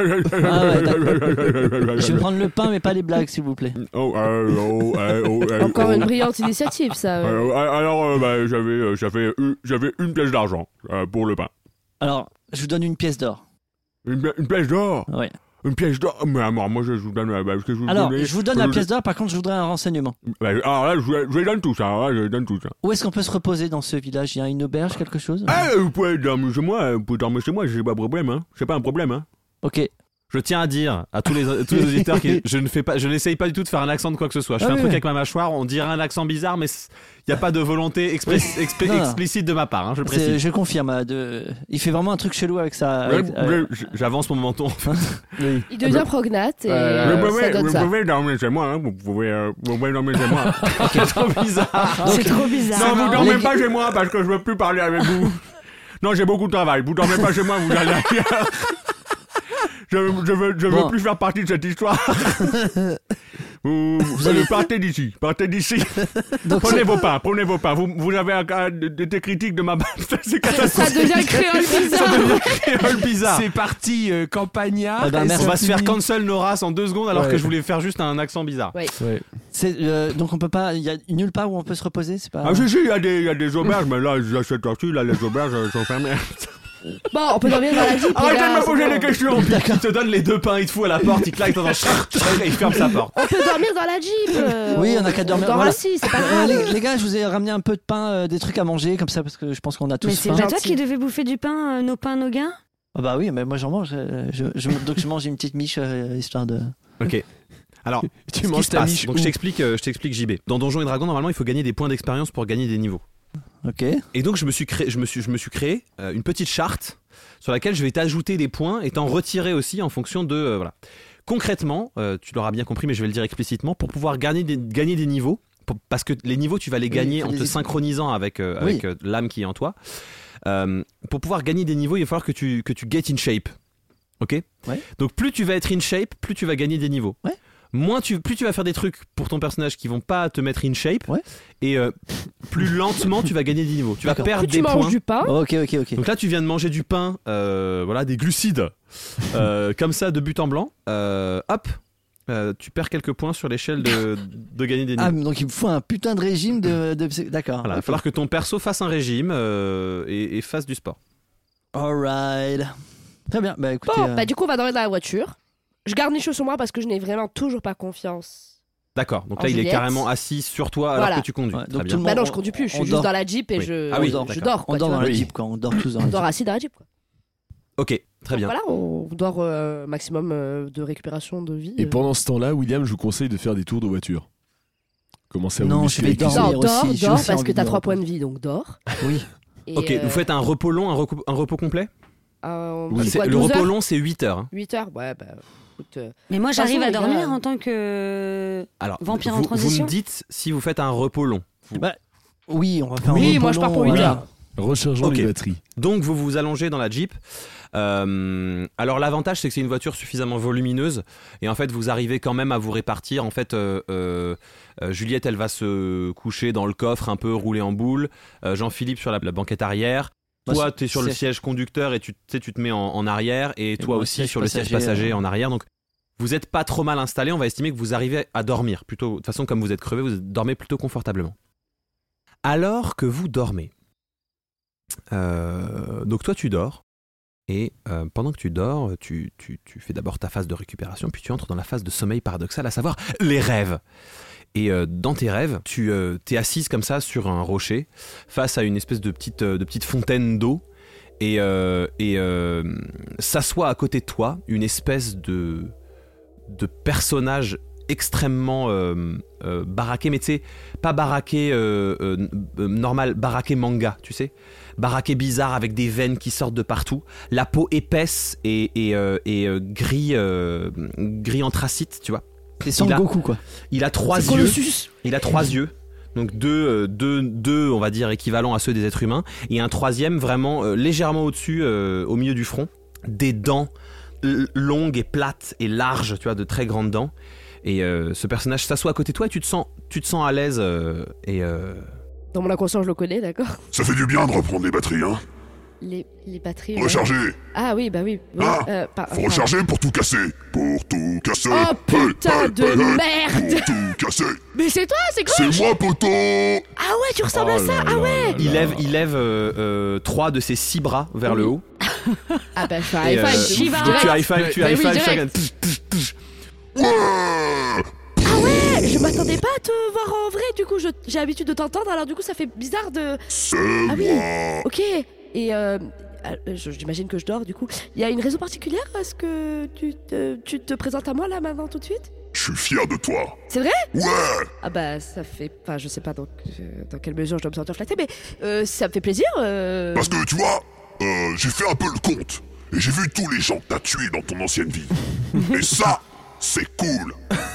Speaker 4: Je vais prendre le pain, mais pas les blagues, s'il vous plaît.
Speaker 1: Encore une brillante initiative, ça.
Speaker 6: Alors, j'avais une pièce d'argent pour le pain.
Speaker 4: Alors, je vous donne une pièce d'or.
Speaker 6: Une pièce d'or.
Speaker 4: Ouais.
Speaker 6: Une pièce d'or. Mais alors, moi, je vous donne. Ce que je vous
Speaker 4: Alors,
Speaker 6: donnais,
Speaker 4: je vous donne la pièce d'or, par contre, je voudrais un renseignement.
Speaker 6: Alors là, je donne tout ça. Là, je donne tout ça.
Speaker 4: Où est-ce qu'on peut se reposer dans ce village? Il y a une auberge, quelque chose?
Speaker 6: Vous pouvez dormir chez moi. Vous pouvez dormir chez moi. C'est pas un problème. Hein. C'est pas un problème. Hein.
Speaker 4: Ok.
Speaker 2: Je tiens à dire à tous les auditeurs que je n'essaye pas du tout de faire un accent de quoi que ce soit. Je fais un truc avec ma mâchoire, on dirait un accent bizarre, mais il n'y a pas de volonté
Speaker 4: Non.
Speaker 2: explicite de ma part, hein, je le
Speaker 4: C'est-
Speaker 2: précise.
Speaker 4: Je confirme. Il fait vraiment un truc chelou avec ça.
Speaker 2: J'avance mon menton.
Speaker 1: Il devient prognate et ça donne
Speaker 6: vous
Speaker 1: ça.
Speaker 6: pouvez dormir chez moi. Hein. Vous pouvez dormir chez moi.
Speaker 2: C'est trop bizarre.
Speaker 5: C'est trop bizarre.
Speaker 6: Non, vous
Speaker 4: Les-
Speaker 6: dormez pas chez moi parce que je veux plus parler avec vous. Non, j'ai beaucoup de travail. Vous dormez pas chez moi, vous allez ailleurs. Je veux
Speaker 4: Bon.
Speaker 6: plus faire partie de cette histoire. Vous allez partez d'ici.
Speaker 4: Donc,
Speaker 6: Prenez vos pas. Vous avez des critiques de ma part. C'est
Speaker 1: Ça
Speaker 6: catastrophique.
Speaker 1: devient créole
Speaker 2: Ça
Speaker 1: bizarre.
Speaker 2: devient créole bizarre.
Speaker 7: C'est parti, campagnard.
Speaker 4: Ah bah,
Speaker 7: et
Speaker 4: merci.
Speaker 2: On va
Speaker 7: c'est
Speaker 2: se faire
Speaker 7: fini.
Speaker 2: cancel Noras en 2 secondes alors
Speaker 7: Ouais.
Speaker 2: que je voulais faire juste un accent bizarre.
Speaker 1: Ouais.
Speaker 7: Ouais.
Speaker 4: donc on peut pas. Il y a nulle part où on peut se reposer. C'est pas.
Speaker 6: Ah, si, il y a des auberges, mais là, à cette heure-ci, là, les auberges sont fermées.
Speaker 1: Bon, on peut dormir dans la Jeep. les
Speaker 6: Arrêtez
Speaker 1: gars,
Speaker 6: de me
Speaker 1: c'est
Speaker 6: poser
Speaker 1: bon.
Speaker 6: des questions.
Speaker 2: Il te donne les 2 pains, il te fout à la porte, il claque dans un et il ferme sa porte.
Speaker 1: On peut dormir dans la Jeep.
Speaker 4: Oui, on a qu'à dormir.
Speaker 1: On dort
Speaker 4: Voilà.
Speaker 1: assis, c'est pas grave.
Speaker 4: Les gars, je vous ai ramené un peu de pain, des trucs à manger comme ça parce que je pense qu'on a tous
Speaker 5: Mais c'est
Speaker 4: faim.
Speaker 5: pas toi
Speaker 1: gentil.
Speaker 5: qui devais bouffer du pain, nos pains, nos gains.
Speaker 4: Ah bah oui, mais moi j'en mange. Donc je mange une petite miche histoire de.
Speaker 2: Ok. Alors,
Speaker 7: Tu
Speaker 2: ce qui
Speaker 7: manges
Speaker 2: se
Speaker 7: ta
Speaker 2: passe,
Speaker 7: miche
Speaker 2: donc
Speaker 7: où
Speaker 2: je t'explique JB. Dans Donjons et Dragons, normalement, il faut gagner des points d'expérience pour gagner des niveaux.
Speaker 4: Ok.
Speaker 2: Et donc je me suis créé une petite charte sur laquelle je vais t'ajouter des points et t'en retirer aussi en fonction de voilà. Concrètement, tu l'auras bien compris, mais je vais le dire explicitement, pour pouvoir gagner des niveaux, parce que les niveaux, tu vas les gagner en te synchronisant avec l'âme qui est en toi. Pour pouvoir gagner des niveaux, il va falloir que tu get in shape. Ok.
Speaker 4: Ouais.
Speaker 2: Donc plus tu vas être in shape, plus tu vas gagner des niveaux.
Speaker 4: Ouais.
Speaker 2: Plus tu vas faire des trucs pour ton personnage qui vont pas te mettre in shape.
Speaker 4: Ouais.
Speaker 2: Et plus lentement tu vas gagner des niveaux. Tu vas perdre
Speaker 1: Plus
Speaker 2: des
Speaker 1: tu manges
Speaker 2: points.
Speaker 1: du pain.
Speaker 4: Ok.
Speaker 2: Donc là tu viens de manger du pain, des glucides, comme ça de but en blanc. Hop. Tu perds quelques points sur l'échelle de gagner des niveaux.
Speaker 4: Ah, donc il me faut un putain de régime D'accord.
Speaker 2: Voilà, il va falloir que ton perso fasse un régime et fasse du sport.
Speaker 4: Alright. Très bien. Bah écoutez.
Speaker 1: Bon, du coup, on va dormir dans la voiture. Je garde Nicho sur moi parce que je n'ai vraiment toujours pas confiance.
Speaker 2: D'accord, donc
Speaker 1: En
Speaker 2: là il est
Speaker 1: Juliette.
Speaker 2: carrément assis sur toi alors
Speaker 1: Voilà.
Speaker 2: que tu conduis.
Speaker 4: Ouais,
Speaker 2: Très
Speaker 4: donc
Speaker 2: bien.
Speaker 4: tout le monde-
Speaker 1: Bah non, je conduis plus, je
Speaker 4: on
Speaker 1: suis juste
Speaker 4: dort.
Speaker 1: dans la Jeep et
Speaker 2: Oui.
Speaker 1: je
Speaker 2: Ah oui,
Speaker 1: dors,
Speaker 2: d'accord.
Speaker 1: quoi,
Speaker 4: On dort
Speaker 1: tu
Speaker 4: dans
Speaker 1: vois.
Speaker 4: la
Speaker 2: Oui.
Speaker 4: Jeep, quoi. On dort tous dans
Speaker 1: On
Speaker 4: la
Speaker 1: dort
Speaker 4: Jeep.
Speaker 1: assis dans la Jeep, quoi.
Speaker 2: Ok, très bien.
Speaker 1: Voilà, on dort maximum de récupération de vie.
Speaker 7: Et pendant ce temps-là, William, je vous conseille de faire des tours de voiture. Commencez à vous
Speaker 4: Non,
Speaker 7: muscler
Speaker 4: je vais
Speaker 7: avec les
Speaker 4: dormir.
Speaker 7: ailes.
Speaker 1: dors,
Speaker 4: aussi, j'ai
Speaker 1: dors
Speaker 4: aussi
Speaker 1: parce
Speaker 4: envie
Speaker 1: que
Speaker 4: de
Speaker 1: t'as 3
Speaker 4: dormir.
Speaker 1: points de vie, donc dors.
Speaker 4: Oui.
Speaker 1: Et,
Speaker 2: Ok, vous faites un repos long, un repos complet.
Speaker 7: Oui.
Speaker 1: c'est quoi,
Speaker 2: Le
Speaker 1: 12
Speaker 2: repos
Speaker 1: heures
Speaker 2: long c'est 8 heures.
Speaker 1: 8 heures, ouais, bah écoute.
Speaker 5: Mais moi, j'arrive
Speaker 1: façon,
Speaker 5: à
Speaker 1: les
Speaker 5: dormir
Speaker 1: gars,
Speaker 5: en tant que
Speaker 2: Alors,
Speaker 5: vampire en
Speaker 2: vous
Speaker 5: transition.
Speaker 2: me dites si vous faites un repos long.
Speaker 4: Oui, on va faire un
Speaker 1: Oui,
Speaker 4: repos
Speaker 1: moi je pars pour
Speaker 4: long,
Speaker 1: 8
Speaker 4: voilà.
Speaker 1: heures.
Speaker 7: Rechargeons
Speaker 2: Ok.
Speaker 7: les batteries.
Speaker 2: Donc vous vous allongez dans la Jeep. Alors l'avantage c'est que c'est une voiture suffisamment volumineuse et en fait vous arrivez quand même à vous répartir. En fait Juliette elle va se coucher dans le coffre un peu roulé en boule. Jean-Philippe sur la banquette arrière. Toi t'es sur le siège conducteur et tu te mets en arrière et toi
Speaker 4: moi,
Speaker 2: aussi
Speaker 4: siège
Speaker 2: sur le siège passager en arrière. Donc vous êtes pas trop mal installé. On va estimer que vous arrivez à dormir plutôt. De toute façon comme vous êtes crevé vous dormez plutôt confortablement. Alors que vous dormez. Donc toi tu dors et pendant que tu dors tu fais d'abord ta phase de récupération puis tu entres dans la phase de sommeil paradoxal, à savoir les rêves. Et dans tes rêves tu t'es assise comme ça sur un rocher face à une espèce de petite fontaine d'eau et s'assoit à côté de toi une espèce de personnage extrêmement baraqué, mais tu sais, pas baraqué normal, baraqué manga, tu sais, baraqué bizarre avec des veines qui sortent de partout, la peau épaisse et gris anthracite, tu vois.
Speaker 4: C'est Sangoku, quoi.
Speaker 2: Il a 3
Speaker 1: C'est
Speaker 2: yeux.
Speaker 1: Colossus.
Speaker 2: Il a 3 yeux. Donc deux, on va dire, équivalents à ceux des êtres humains, et un troisième vraiment légèrement au-dessus, au milieu du front, des dents longues et plates et larges, tu vois, de très grandes dents. Et ce personnage s'assoit à côté de toi et tu te sens à l'aise
Speaker 1: Dans mon inconscient, je le connais, d'accord.
Speaker 9: Ça fait du bien de reprendre les batteries, hein.
Speaker 1: Les batteries.
Speaker 9: Recharger.
Speaker 1: Ah oui, bah oui.
Speaker 9: Ah, Faut recharger pour tout casser. Pour tout casser.
Speaker 1: Oh putain de merde.
Speaker 9: Pour tout casser.
Speaker 1: Mais c'est toi, c'est quoi?
Speaker 9: C'est moi, poteau.
Speaker 1: Ah ouais, tu ressembles à ça. Ah ouais.
Speaker 2: Il lève 3 de ses 6 bras vers le haut.
Speaker 1: Ah bah je fais
Speaker 2: Et,
Speaker 1: high five.
Speaker 5: Shiva.
Speaker 2: tu high five,
Speaker 1: Bah oui, direct.
Speaker 2: chacun.
Speaker 9: Ouais.
Speaker 1: Je m'attendais pas à te voir en vrai, du coup j'ai l'habitude de t'entendre, alors du coup ça fait bizarre de...
Speaker 9: C'est
Speaker 1: Ah oui,
Speaker 9: moi.
Speaker 1: ok. Et j'imagine que je dors du coup. Il y a une raison particulière à ce que tu te présentes à moi là maintenant tout de suite?
Speaker 9: Je suis fier de toi.
Speaker 1: C'est vrai?
Speaker 9: Ouais.
Speaker 1: Ah bah ça fait... Enfin je sais pas dans quelle mesure je dois me sentir flatté, mais ça me fait plaisir.
Speaker 9: Parce que tu vois, j'ai fait un peu le compte. Et j'ai vu tous les gens que t'as tués dans ton ancienne vie. Et ça, c'est cool.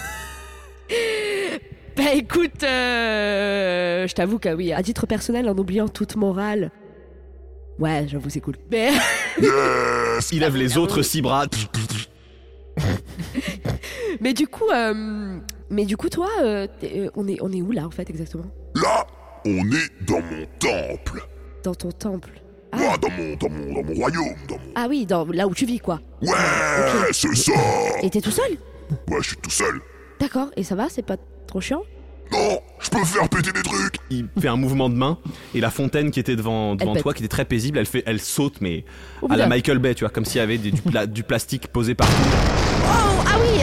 Speaker 1: Bah écoute, je t'avoue que oui, à titre personnel, en oubliant toute morale... Ouais, j'avoue c'est cool. Mais...
Speaker 9: Yes.
Speaker 2: Il lève les autres 6 bras.
Speaker 1: Mais du coup, toi, on est où là en fait exactement?
Speaker 9: Là, on est dans mon temple.
Speaker 1: Dans ton temple. Ah,
Speaker 9: Moi, dans mon royaume.
Speaker 1: ah oui, là où tu vis quoi.
Speaker 9: Ouais, c'est ça.
Speaker 1: Et t'es tout seul?
Speaker 9: Ouais, je suis tout seul.
Speaker 1: D'accord, et ça va, c'est pas trop chiant?
Speaker 9: Non, je peux faire péter des trucs.
Speaker 2: Il fait un mouvement de main et la fontaine qui était devant
Speaker 1: pète.
Speaker 2: toi, qui était très paisible, elle saute, mais
Speaker 1: Oh,
Speaker 2: à la
Speaker 1: putain.
Speaker 2: Michael Bay, tu vois, comme s'il y avait du plastique posé partout.
Speaker 1: Oh, ah oui.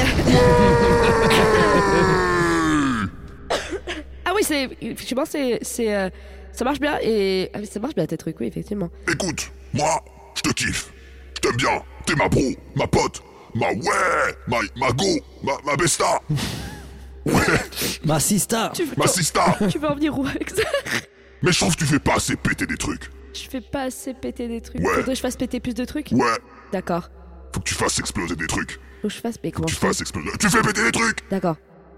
Speaker 1: Ah oui, effectivement, ça marche bien, et ça marche bien tes trucs, oui, effectivement.
Speaker 9: Écoute, moi, je te kiffe. Je t'aime bien. T'es ma bro, ma pote, ma go, ma besta. Ouais,
Speaker 4: Ma sista.
Speaker 9: ma sista.
Speaker 1: Tu veux en venir où avec ça?
Speaker 9: Mais je trouve que tu fais pas assez péter des trucs.
Speaker 1: Je fais pas assez péter des trucs.
Speaker 9: Ouais.
Speaker 1: Faudrait que je fasse péter plus de trucs?
Speaker 9: Ouais,
Speaker 1: D'accord.
Speaker 9: faut que tu fasses exploser des trucs.
Speaker 1: Faut que je fasse, mais comment
Speaker 9: Tu
Speaker 1: je fais?
Speaker 9: fasses exploser. Tu fais péter des trucs.
Speaker 1: D'accord.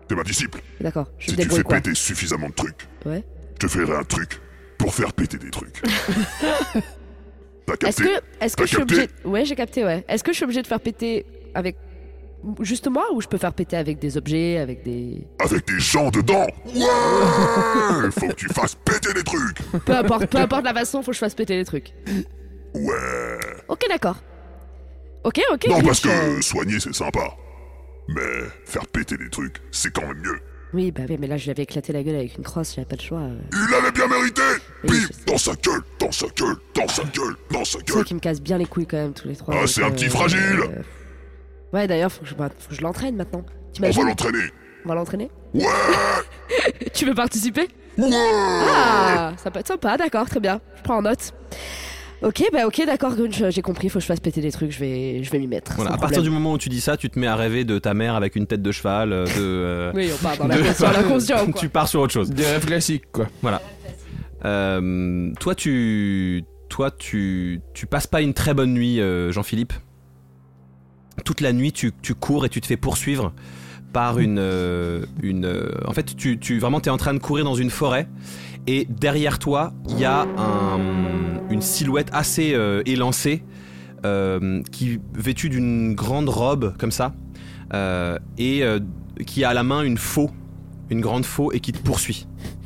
Speaker 9: T'es ma disciple.
Speaker 1: D'accord, je
Speaker 9: Si
Speaker 1: me
Speaker 9: tu
Speaker 1: débrouille
Speaker 9: fais
Speaker 1: quoi.
Speaker 9: péter suffisamment de trucs,
Speaker 1: Ouais.
Speaker 9: je te ferai un truc pour faire péter des trucs. T'as capté?
Speaker 1: Est-ce que
Speaker 9: T'as
Speaker 1: je suis
Speaker 9: capté
Speaker 1: obligée... Ouais, j'ai capté, ouais. Est-ce que je suis obligée de faire péter avec... Juste moi, ou je peux faire péter avec des objets, avec des...
Speaker 9: Avec des gens dedans. Ouais. Faut que tu fasses péter des trucs.
Speaker 1: Peu importe la façon, faut que je fasse péter les trucs.
Speaker 9: Ouais.
Speaker 1: Ok, d'accord. Ok.
Speaker 9: Non, parce
Speaker 1: Grinch,
Speaker 9: que soigner, c'est sympa. Mais faire péter des trucs, c'est quand même mieux.
Speaker 1: Oui, bah oui, mais là, je lui avais éclaté la gueule avec une crosse, j'avais pas le choix.
Speaker 9: Il avait bien mérité.
Speaker 1: Oui,
Speaker 9: Bim,
Speaker 1: je sais.
Speaker 9: dans sa gueule, dans sa gueule, dans sa gueule, dans sa
Speaker 1: C'est ça
Speaker 9: gueule.
Speaker 1: qui me casse bien les couilles quand même, tous les trois.
Speaker 9: Ah,
Speaker 1: donc,
Speaker 9: c'est un petit fragile.
Speaker 1: Ouais, d'ailleurs, faut que je l'entraîne maintenant.
Speaker 9: On
Speaker 1: T'imagines?
Speaker 9: va l'entraîner.
Speaker 1: On va l'entraîner?
Speaker 9: Ouais.
Speaker 1: Tu veux participer?
Speaker 9: Ouais.
Speaker 1: Ah, ça peut être sympa, d'accord, très bien. Je prends en note. Ok, d'accord, Grunch, j'ai compris, faut que je fasse péter des trucs, je vais m'y mettre.
Speaker 2: Voilà,
Speaker 1: sans
Speaker 2: à partir
Speaker 1: problème.
Speaker 2: du moment où tu dis ça, tu te mets à rêver de ta mère avec une tête de cheval,
Speaker 1: Oui, on part dans l'inconscient, quoi.
Speaker 2: Tu pars sur autre chose.
Speaker 3: Des rêves classiques, quoi.
Speaker 2: Voilà. Toi, tu passes pas une très bonne nuit, Jean-Philippe. Toute la nuit, tu cours et tu te fais poursuivre par en fait, tu vraiment t'es en train de courir dans une forêt et derrière toi, il y a une silhouette assez élancée qui vêtue d'une grande robe comme ça et qui a à la main une grande faux et qui te poursuit.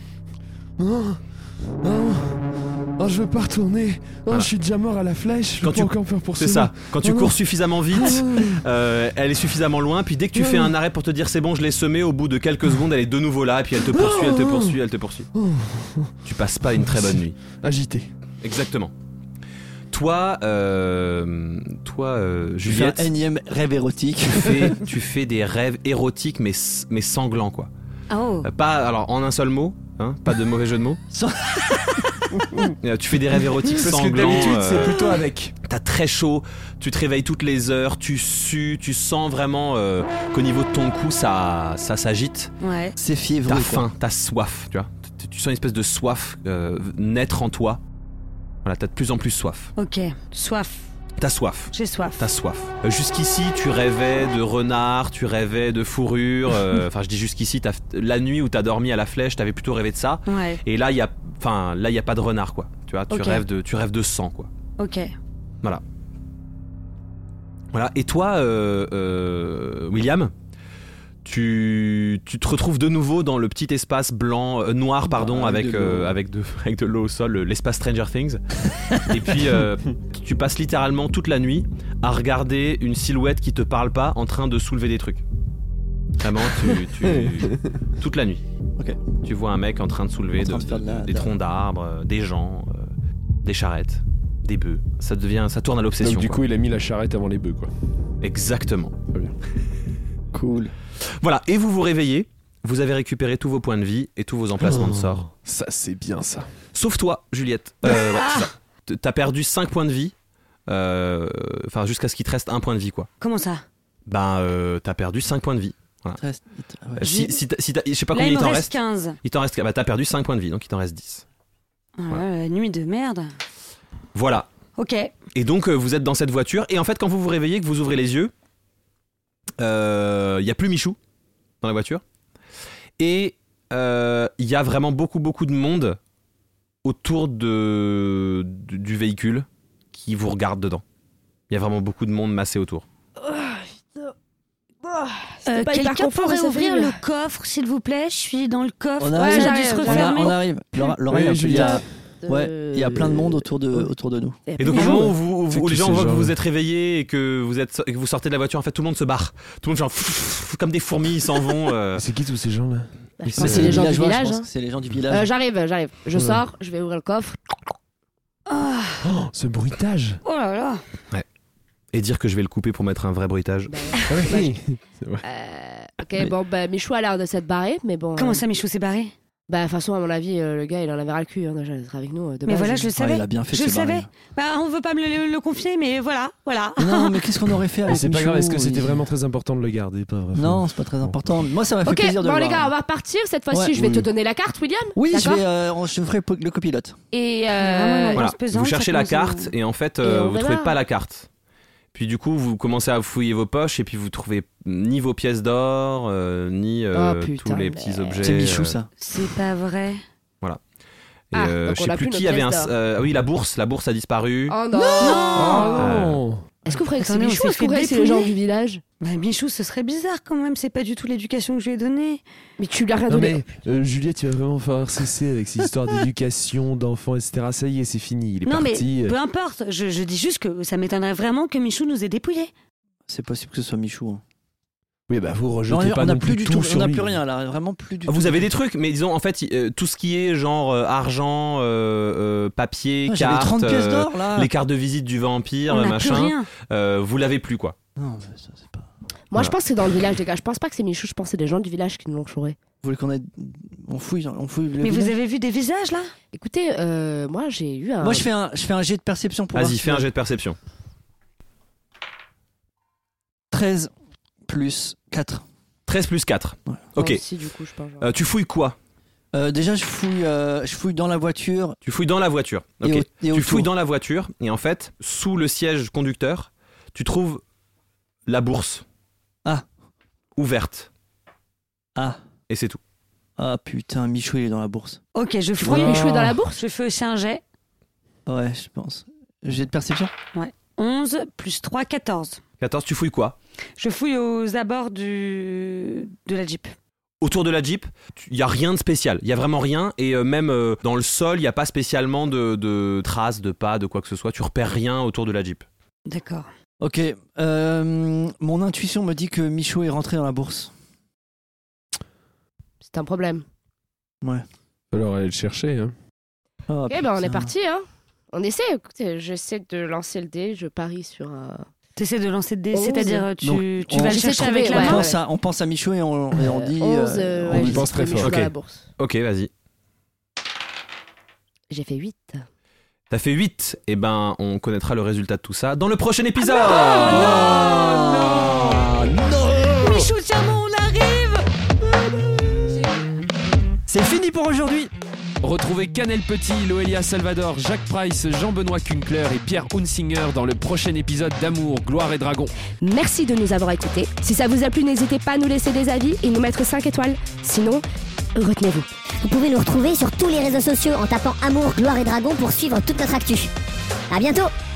Speaker 3: Oh, je veux pas retourner. Oh,
Speaker 2: Voilà.
Speaker 3: je suis déjà mort à la flèche. Je
Speaker 2: Quand
Speaker 3: peux
Speaker 2: tu-
Speaker 3: pas encore faire pour
Speaker 2: C'est ça. Quand tu
Speaker 3: Oh non.
Speaker 2: cours suffisamment vite, elle est suffisamment loin. Puis dès que tu
Speaker 3: Oh.
Speaker 2: fais un arrêt pour te dire c'est bon, je l'ai semé, au bout de quelques secondes, elle est de nouveau là. Et puis elle te poursuit, elle te poursuit, elle te poursuit.
Speaker 3: Oh.
Speaker 2: Tu passes pas une très bonne nuit.
Speaker 3: Agité.
Speaker 2: Exactement. Toi,
Speaker 4: Je fais
Speaker 2: Juliette,
Speaker 4: un énième rêve érotique.
Speaker 2: tu fais des rêves érotiques mais sanglants quoi.
Speaker 5: Oh.
Speaker 2: Pas alors en un seul mot, hein, pas de mauvais jeu de mots. Tu fais des rêves érotiques
Speaker 3: Parce que
Speaker 2: sanglants.
Speaker 3: d'habitude, c'est plutôt avec.
Speaker 2: T'as très chaud, tu te réveilles toutes les heures, tu sues, tu sens vraiment qu'au niveau de ton cou ça s'agite.
Speaker 5: Ouais.
Speaker 4: C'est fiévreux.
Speaker 2: T'as
Speaker 4: quoi.
Speaker 2: faim, t'as soif, tu vois. Tu sens une espèce de soif naître en toi. Voilà, t'as de plus en plus soif.
Speaker 5: Ok. Soif.
Speaker 2: T'as soif.
Speaker 5: J'ai soif.
Speaker 2: T'as soif. Jusqu'ici, tu rêvais de renard, tu rêvais de fourrure. Enfin, je dis jusqu'ici, la nuit où t'as dormi à la flèche, t'avais plutôt rêvé de ça.
Speaker 5: Ouais.
Speaker 2: Et là, il y a pas de renard, quoi. Tu vois, tu
Speaker 5: Ok.
Speaker 2: rêves de sang, quoi.
Speaker 5: Ok.
Speaker 2: Voilà. Et toi, William, tu te retrouves de nouveau dans le petit espace noir, pardon, avec de l'eau au sol, l'espace Stranger Things. Et puis, tu passes littéralement toute la nuit à regarder une silhouette qui te parle pas en train de soulever des trucs. Vraiment, toute la nuit.
Speaker 4: Ok.
Speaker 2: Tu vois un mec en train de soulever
Speaker 4: En train de faire de la-
Speaker 2: des troncs d'arbres, des gens, des charrettes, des bœufs. Ça tourne à l'obsession.
Speaker 3: Donc, du
Speaker 2: quoi.
Speaker 3: coup, il a mis la charrette avant les bœufs, quoi.
Speaker 2: Exactement.
Speaker 3: Très bien.
Speaker 4: Cool.
Speaker 2: Voilà, et vous vous réveillez, vous avez récupéré tous vos points de vie et tous vos emplacements de sort.
Speaker 3: Ça, c'est bien, ça.
Speaker 2: Sauf toi, Juliette. Ouais, c'est ça. T'as perdu 5 points de vie, enfin jusqu'à ce qu'il te reste 1 point de vie, quoi.
Speaker 5: Comment ça?
Speaker 2: T'as perdu 5 points de vie. Voilà.
Speaker 4: Ouais.
Speaker 2: Si je sais pas
Speaker 5: Là,
Speaker 2: combien
Speaker 5: il
Speaker 2: il
Speaker 5: me
Speaker 2: t'en
Speaker 5: reste
Speaker 2: reste.
Speaker 5: 15.
Speaker 2: Il t'en reste, t'as perdu 5 points de vie, donc il t'en reste 10.
Speaker 5: Ah là, la nuit de merde.
Speaker 2: Voilà.
Speaker 5: Ok.
Speaker 2: Et donc vous êtes dans cette voiture, et en fait quand vous vous réveillez, que vous ouvrez les yeux, il y a plus Michou dans la voiture, et il y a vraiment beaucoup de monde autour du véhicule qui vous regarde dedans. Il y a vraiment beaucoup de monde massé autour.
Speaker 1: C'était pas hyper
Speaker 5: Quelqu'un
Speaker 1: confort,
Speaker 5: pourrait
Speaker 1: mais ça
Speaker 5: ouvrir
Speaker 1: fait-
Speaker 5: le coffre, s'il vous plaît? Je suis dans le coffre.
Speaker 4: On
Speaker 5: Ça
Speaker 4: arrive,
Speaker 5: a dû se refermer.
Speaker 4: on arrive. Laura,
Speaker 3: Oui,
Speaker 4: il y a,
Speaker 1: de-
Speaker 4: ouais, il y a plein de monde autour de nous.
Speaker 2: Et donc au moment où,
Speaker 3: C'est
Speaker 2: où les
Speaker 3: qui
Speaker 2: gens
Speaker 3: ces
Speaker 2: voient que
Speaker 3: gens-là
Speaker 2: vous êtes réveillés et que vous sortez de la voiture, en fait tout le monde se barre. Tout le monde genre comme des fourmis, ils s'en vont.
Speaker 3: C'est qui tous ces gens-là?
Speaker 1: Bah,
Speaker 2: c'est
Speaker 1: c'est les gens du
Speaker 4: villageois, je
Speaker 1: village.
Speaker 4: pense
Speaker 1: hein.
Speaker 4: que c'est les gens du village.
Speaker 1: J'arrive. Je
Speaker 3: Ouais.
Speaker 1: sors, je vais ouvrir le coffre.
Speaker 5: Ah,
Speaker 3: Oh, ce bruitage.
Speaker 5: oh là là.
Speaker 2: Et dire que je vais le couper pour mettre un vrai bruitage.
Speaker 1: Bah,
Speaker 3: Ah oui.
Speaker 1: ok, bon, bah, Michou a l'air de s'être barré, mais bon.
Speaker 5: Comment ça, Michou s'est barré?
Speaker 1: Bah, de toute façon, à mon avis, le gars, il en avait ras le cul, hein, déjà, d'être avec nous. De
Speaker 5: Mais
Speaker 1: base.
Speaker 5: voilà, je le
Speaker 4: Ouais,
Speaker 5: savais.
Speaker 4: il a bien fait de
Speaker 5: Je le
Speaker 4: se barrer.
Speaker 5: savais. Bah, on veut pas me le confier, mais voilà.
Speaker 4: Non, mais qu'est-ce qu'on aurait fait
Speaker 3: Mais
Speaker 4: avec
Speaker 3: c'est pas
Speaker 4: Michou
Speaker 3: grave, est-ce que c'était
Speaker 4: Il-
Speaker 3: vraiment très important de le garder? Pas vrai.
Speaker 4: Non, c'est pas très important. Moi, ça m'a fait
Speaker 1: Ok,
Speaker 4: plaisir de
Speaker 1: bon,
Speaker 4: le
Speaker 1: les
Speaker 4: voir.
Speaker 1: gars, on va repartir. Cette fois-ci,
Speaker 4: Ouais,
Speaker 1: je vais
Speaker 3: oui.
Speaker 1: te donner la carte, William.
Speaker 4: Oui,
Speaker 1: D'accord
Speaker 4: je ferai le copilote.
Speaker 1: Et
Speaker 5: Vraiment,
Speaker 2: Voilà.
Speaker 5: pesante,
Speaker 2: Vous cherchez
Speaker 5: ça
Speaker 2: la
Speaker 5: commence à-
Speaker 2: carte et en fait
Speaker 1: Et on
Speaker 2: vous
Speaker 1: verra.
Speaker 2: trouvez pas la carte. Puis du coup, vous commencez à fouiller vos poches et puis vous trouvez ni vos pièces d'or, ni tous les petits objets.
Speaker 4: C'est Michou, ça.
Speaker 5: C'est pas vrai.
Speaker 2: Voilà. Et
Speaker 1: donc
Speaker 2: je
Speaker 1: on
Speaker 2: sais
Speaker 1: a
Speaker 2: plus
Speaker 1: plus
Speaker 2: qui
Speaker 1: nos
Speaker 2: avait
Speaker 1: pièces
Speaker 2: oui, la bourse a disparu.
Speaker 1: Oh non,
Speaker 3: Oh
Speaker 1: Est-ce que vous croyez que c'est
Speaker 5: Attendez, on
Speaker 1: Michou
Speaker 5: s'est
Speaker 1: ou est-ce que vous
Speaker 5: fait
Speaker 1: croyez que c'est les gens
Speaker 5: dépouiller
Speaker 1: du village?
Speaker 5: Bah, Michou, ce serait bizarre quand même. C'est pas du tout l'éducation que je lui ai donnée.
Speaker 1: Mais tu lui as rien
Speaker 7: Non
Speaker 1: donné.
Speaker 7: mais Juliette, il va vraiment falloir cesser avec ces histoires d'éducation, d'enfants, etc. Ça y est, c'est fini, il est
Speaker 5: Non,
Speaker 7: parti.
Speaker 5: mais peu importe. Je dis juste que ça m'étonnerait vraiment que Michou nous ait dépouillés.
Speaker 4: C'est possible que ce soit Michou. Hein.
Speaker 7: Oui, bah vous
Speaker 4: Non,
Speaker 7: rejetez pas
Speaker 4: on n'a
Speaker 7: non
Speaker 4: plus
Speaker 7: plus
Speaker 4: du tout,
Speaker 7: sur
Speaker 4: on n'a
Speaker 7: lui.
Speaker 4: plus rien là, vraiment plus du tout.
Speaker 2: Vous avez des trucs, mais disons en fait tout ce qui est genre argent, papier,
Speaker 4: Ah, j'avais
Speaker 2: cartes,
Speaker 4: 30 pièces d'or là.
Speaker 2: les cartes de visite du vampire,
Speaker 5: On n'a plus
Speaker 2: machin,
Speaker 5: rien.
Speaker 2: vous l'avez plus quoi.
Speaker 4: Non, mais ça, c'est pas.
Speaker 1: Moi, je pense que c'est dans le village, les gars. Je pense pas que c'est Michou, je pense que c'est les gens du village qui nous l'ont chouré.
Speaker 4: Vous voulez qu'on aille. On fouille le
Speaker 5: Mais vous
Speaker 4: village.
Speaker 5: avez vu des visages là?
Speaker 1: Écoutez, moi, j'ai eu un.
Speaker 4: Moi, je fais un jet de perception pour voir.
Speaker 2: Vas-y,
Speaker 4: si-
Speaker 2: fais un jet de perception.
Speaker 4: 13 plus 4.
Speaker 2: 13 plus 4.
Speaker 4: Ouais.
Speaker 2: Ok.
Speaker 1: Moi aussi, du coup, je pense. genre.
Speaker 2: Tu fouilles quoi?
Speaker 4: Déjà, je fouille dans la voiture.
Speaker 2: Tu fouilles dans la voiture. Ok.
Speaker 4: Et
Speaker 2: Tu
Speaker 4: autour.
Speaker 2: fouilles dans la voiture et en fait, sous le siège conducteur, tu trouves la bourse.
Speaker 4: Ah.
Speaker 2: Ouverte.
Speaker 4: Ah.
Speaker 2: Et c'est tout.
Speaker 4: Ah putain, Michou, il est dans la bourse.
Speaker 5: Ok, je
Speaker 1: Tu crois que
Speaker 5: fouille.
Speaker 1: Michou est dans la bourse?
Speaker 5: Je fais aussi un jet.
Speaker 4: Ouais, je pense. Jet de perception
Speaker 5: 11 plus 3, 14.
Speaker 2: 14, tu fouilles quoi?
Speaker 5: Je fouille aux abords de la Jeep.
Speaker 2: Autour de la Jeep, il n'y a rien de spécial. Il n'y a vraiment rien. Et même dans le sol, il n'y a pas spécialement de traces, de pas, de quoi que ce soit. Tu repères rien autour de la Jeep.
Speaker 5: D'accord.
Speaker 4: Ok. Mon intuition me dit que Michou est rentré dans la bourse.
Speaker 1: C'est un problème.
Speaker 4: Ouais.
Speaker 7: Alors aller le chercher. Hein.
Speaker 4: Oh,
Speaker 1: Ok, ben on est
Speaker 4: putain.
Speaker 1: parti, hein. On essaie, écoutez, j'essaie de lancer le dé, je parie sur un.
Speaker 5: T'essaies de lancer des...
Speaker 1: 11.
Speaker 5: C'est-à-dire, tu
Speaker 4: Donc,
Speaker 5: vas le
Speaker 1: j'essaie de
Speaker 5: chercher
Speaker 1: trouver,
Speaker 5: avec la
Speaker 1: ouais,
Speaker 5: main.
Speaker 4: On pense à Michou et on dit.
Speaker 1: 11,
Speaker 7: on y
Speaker 1: j'essaie
Speaker 7: pense
Speaker 1: de
Speaker 7: très
Speaker 1: trouver
Speaker 7: fort.
Speaker 1: Michou dans
Speaker 2: Ok.
Speaker 1: la bourse.
Speaker 2: Ok, vas-y.
Speaker 1: J'ai fait 8.
Speaker 2: T'as fait 8. Et ben, on connaîtra le résultat de tout ça dans le prochain épisode.
Speaker 5: Michou, tiens bon, on arrive.
Speaker 4: C'est fini pour aujourd'hui.
Speaker 3: Retrouvez Canel Petit, Loelia Salvador, Jacques Price, Jean-Benoît Kunkler et Pierre Hunsinger dans le prochain épisode d'Amour, Gloire et Dragon.
Speaker 1: Merci de nous avoir écoutés. Si ça vous a plu, n'hésitez pas à nous laisser des avis et nous mettre 5 étoiles. Sinon, retenez-vous.
Speaker 8: Vous pouvez nous retrouver sur tous les réseaux sociaux en tapant Amour, Gloire et Dragon pour suivre toute notre actu. À bientôt!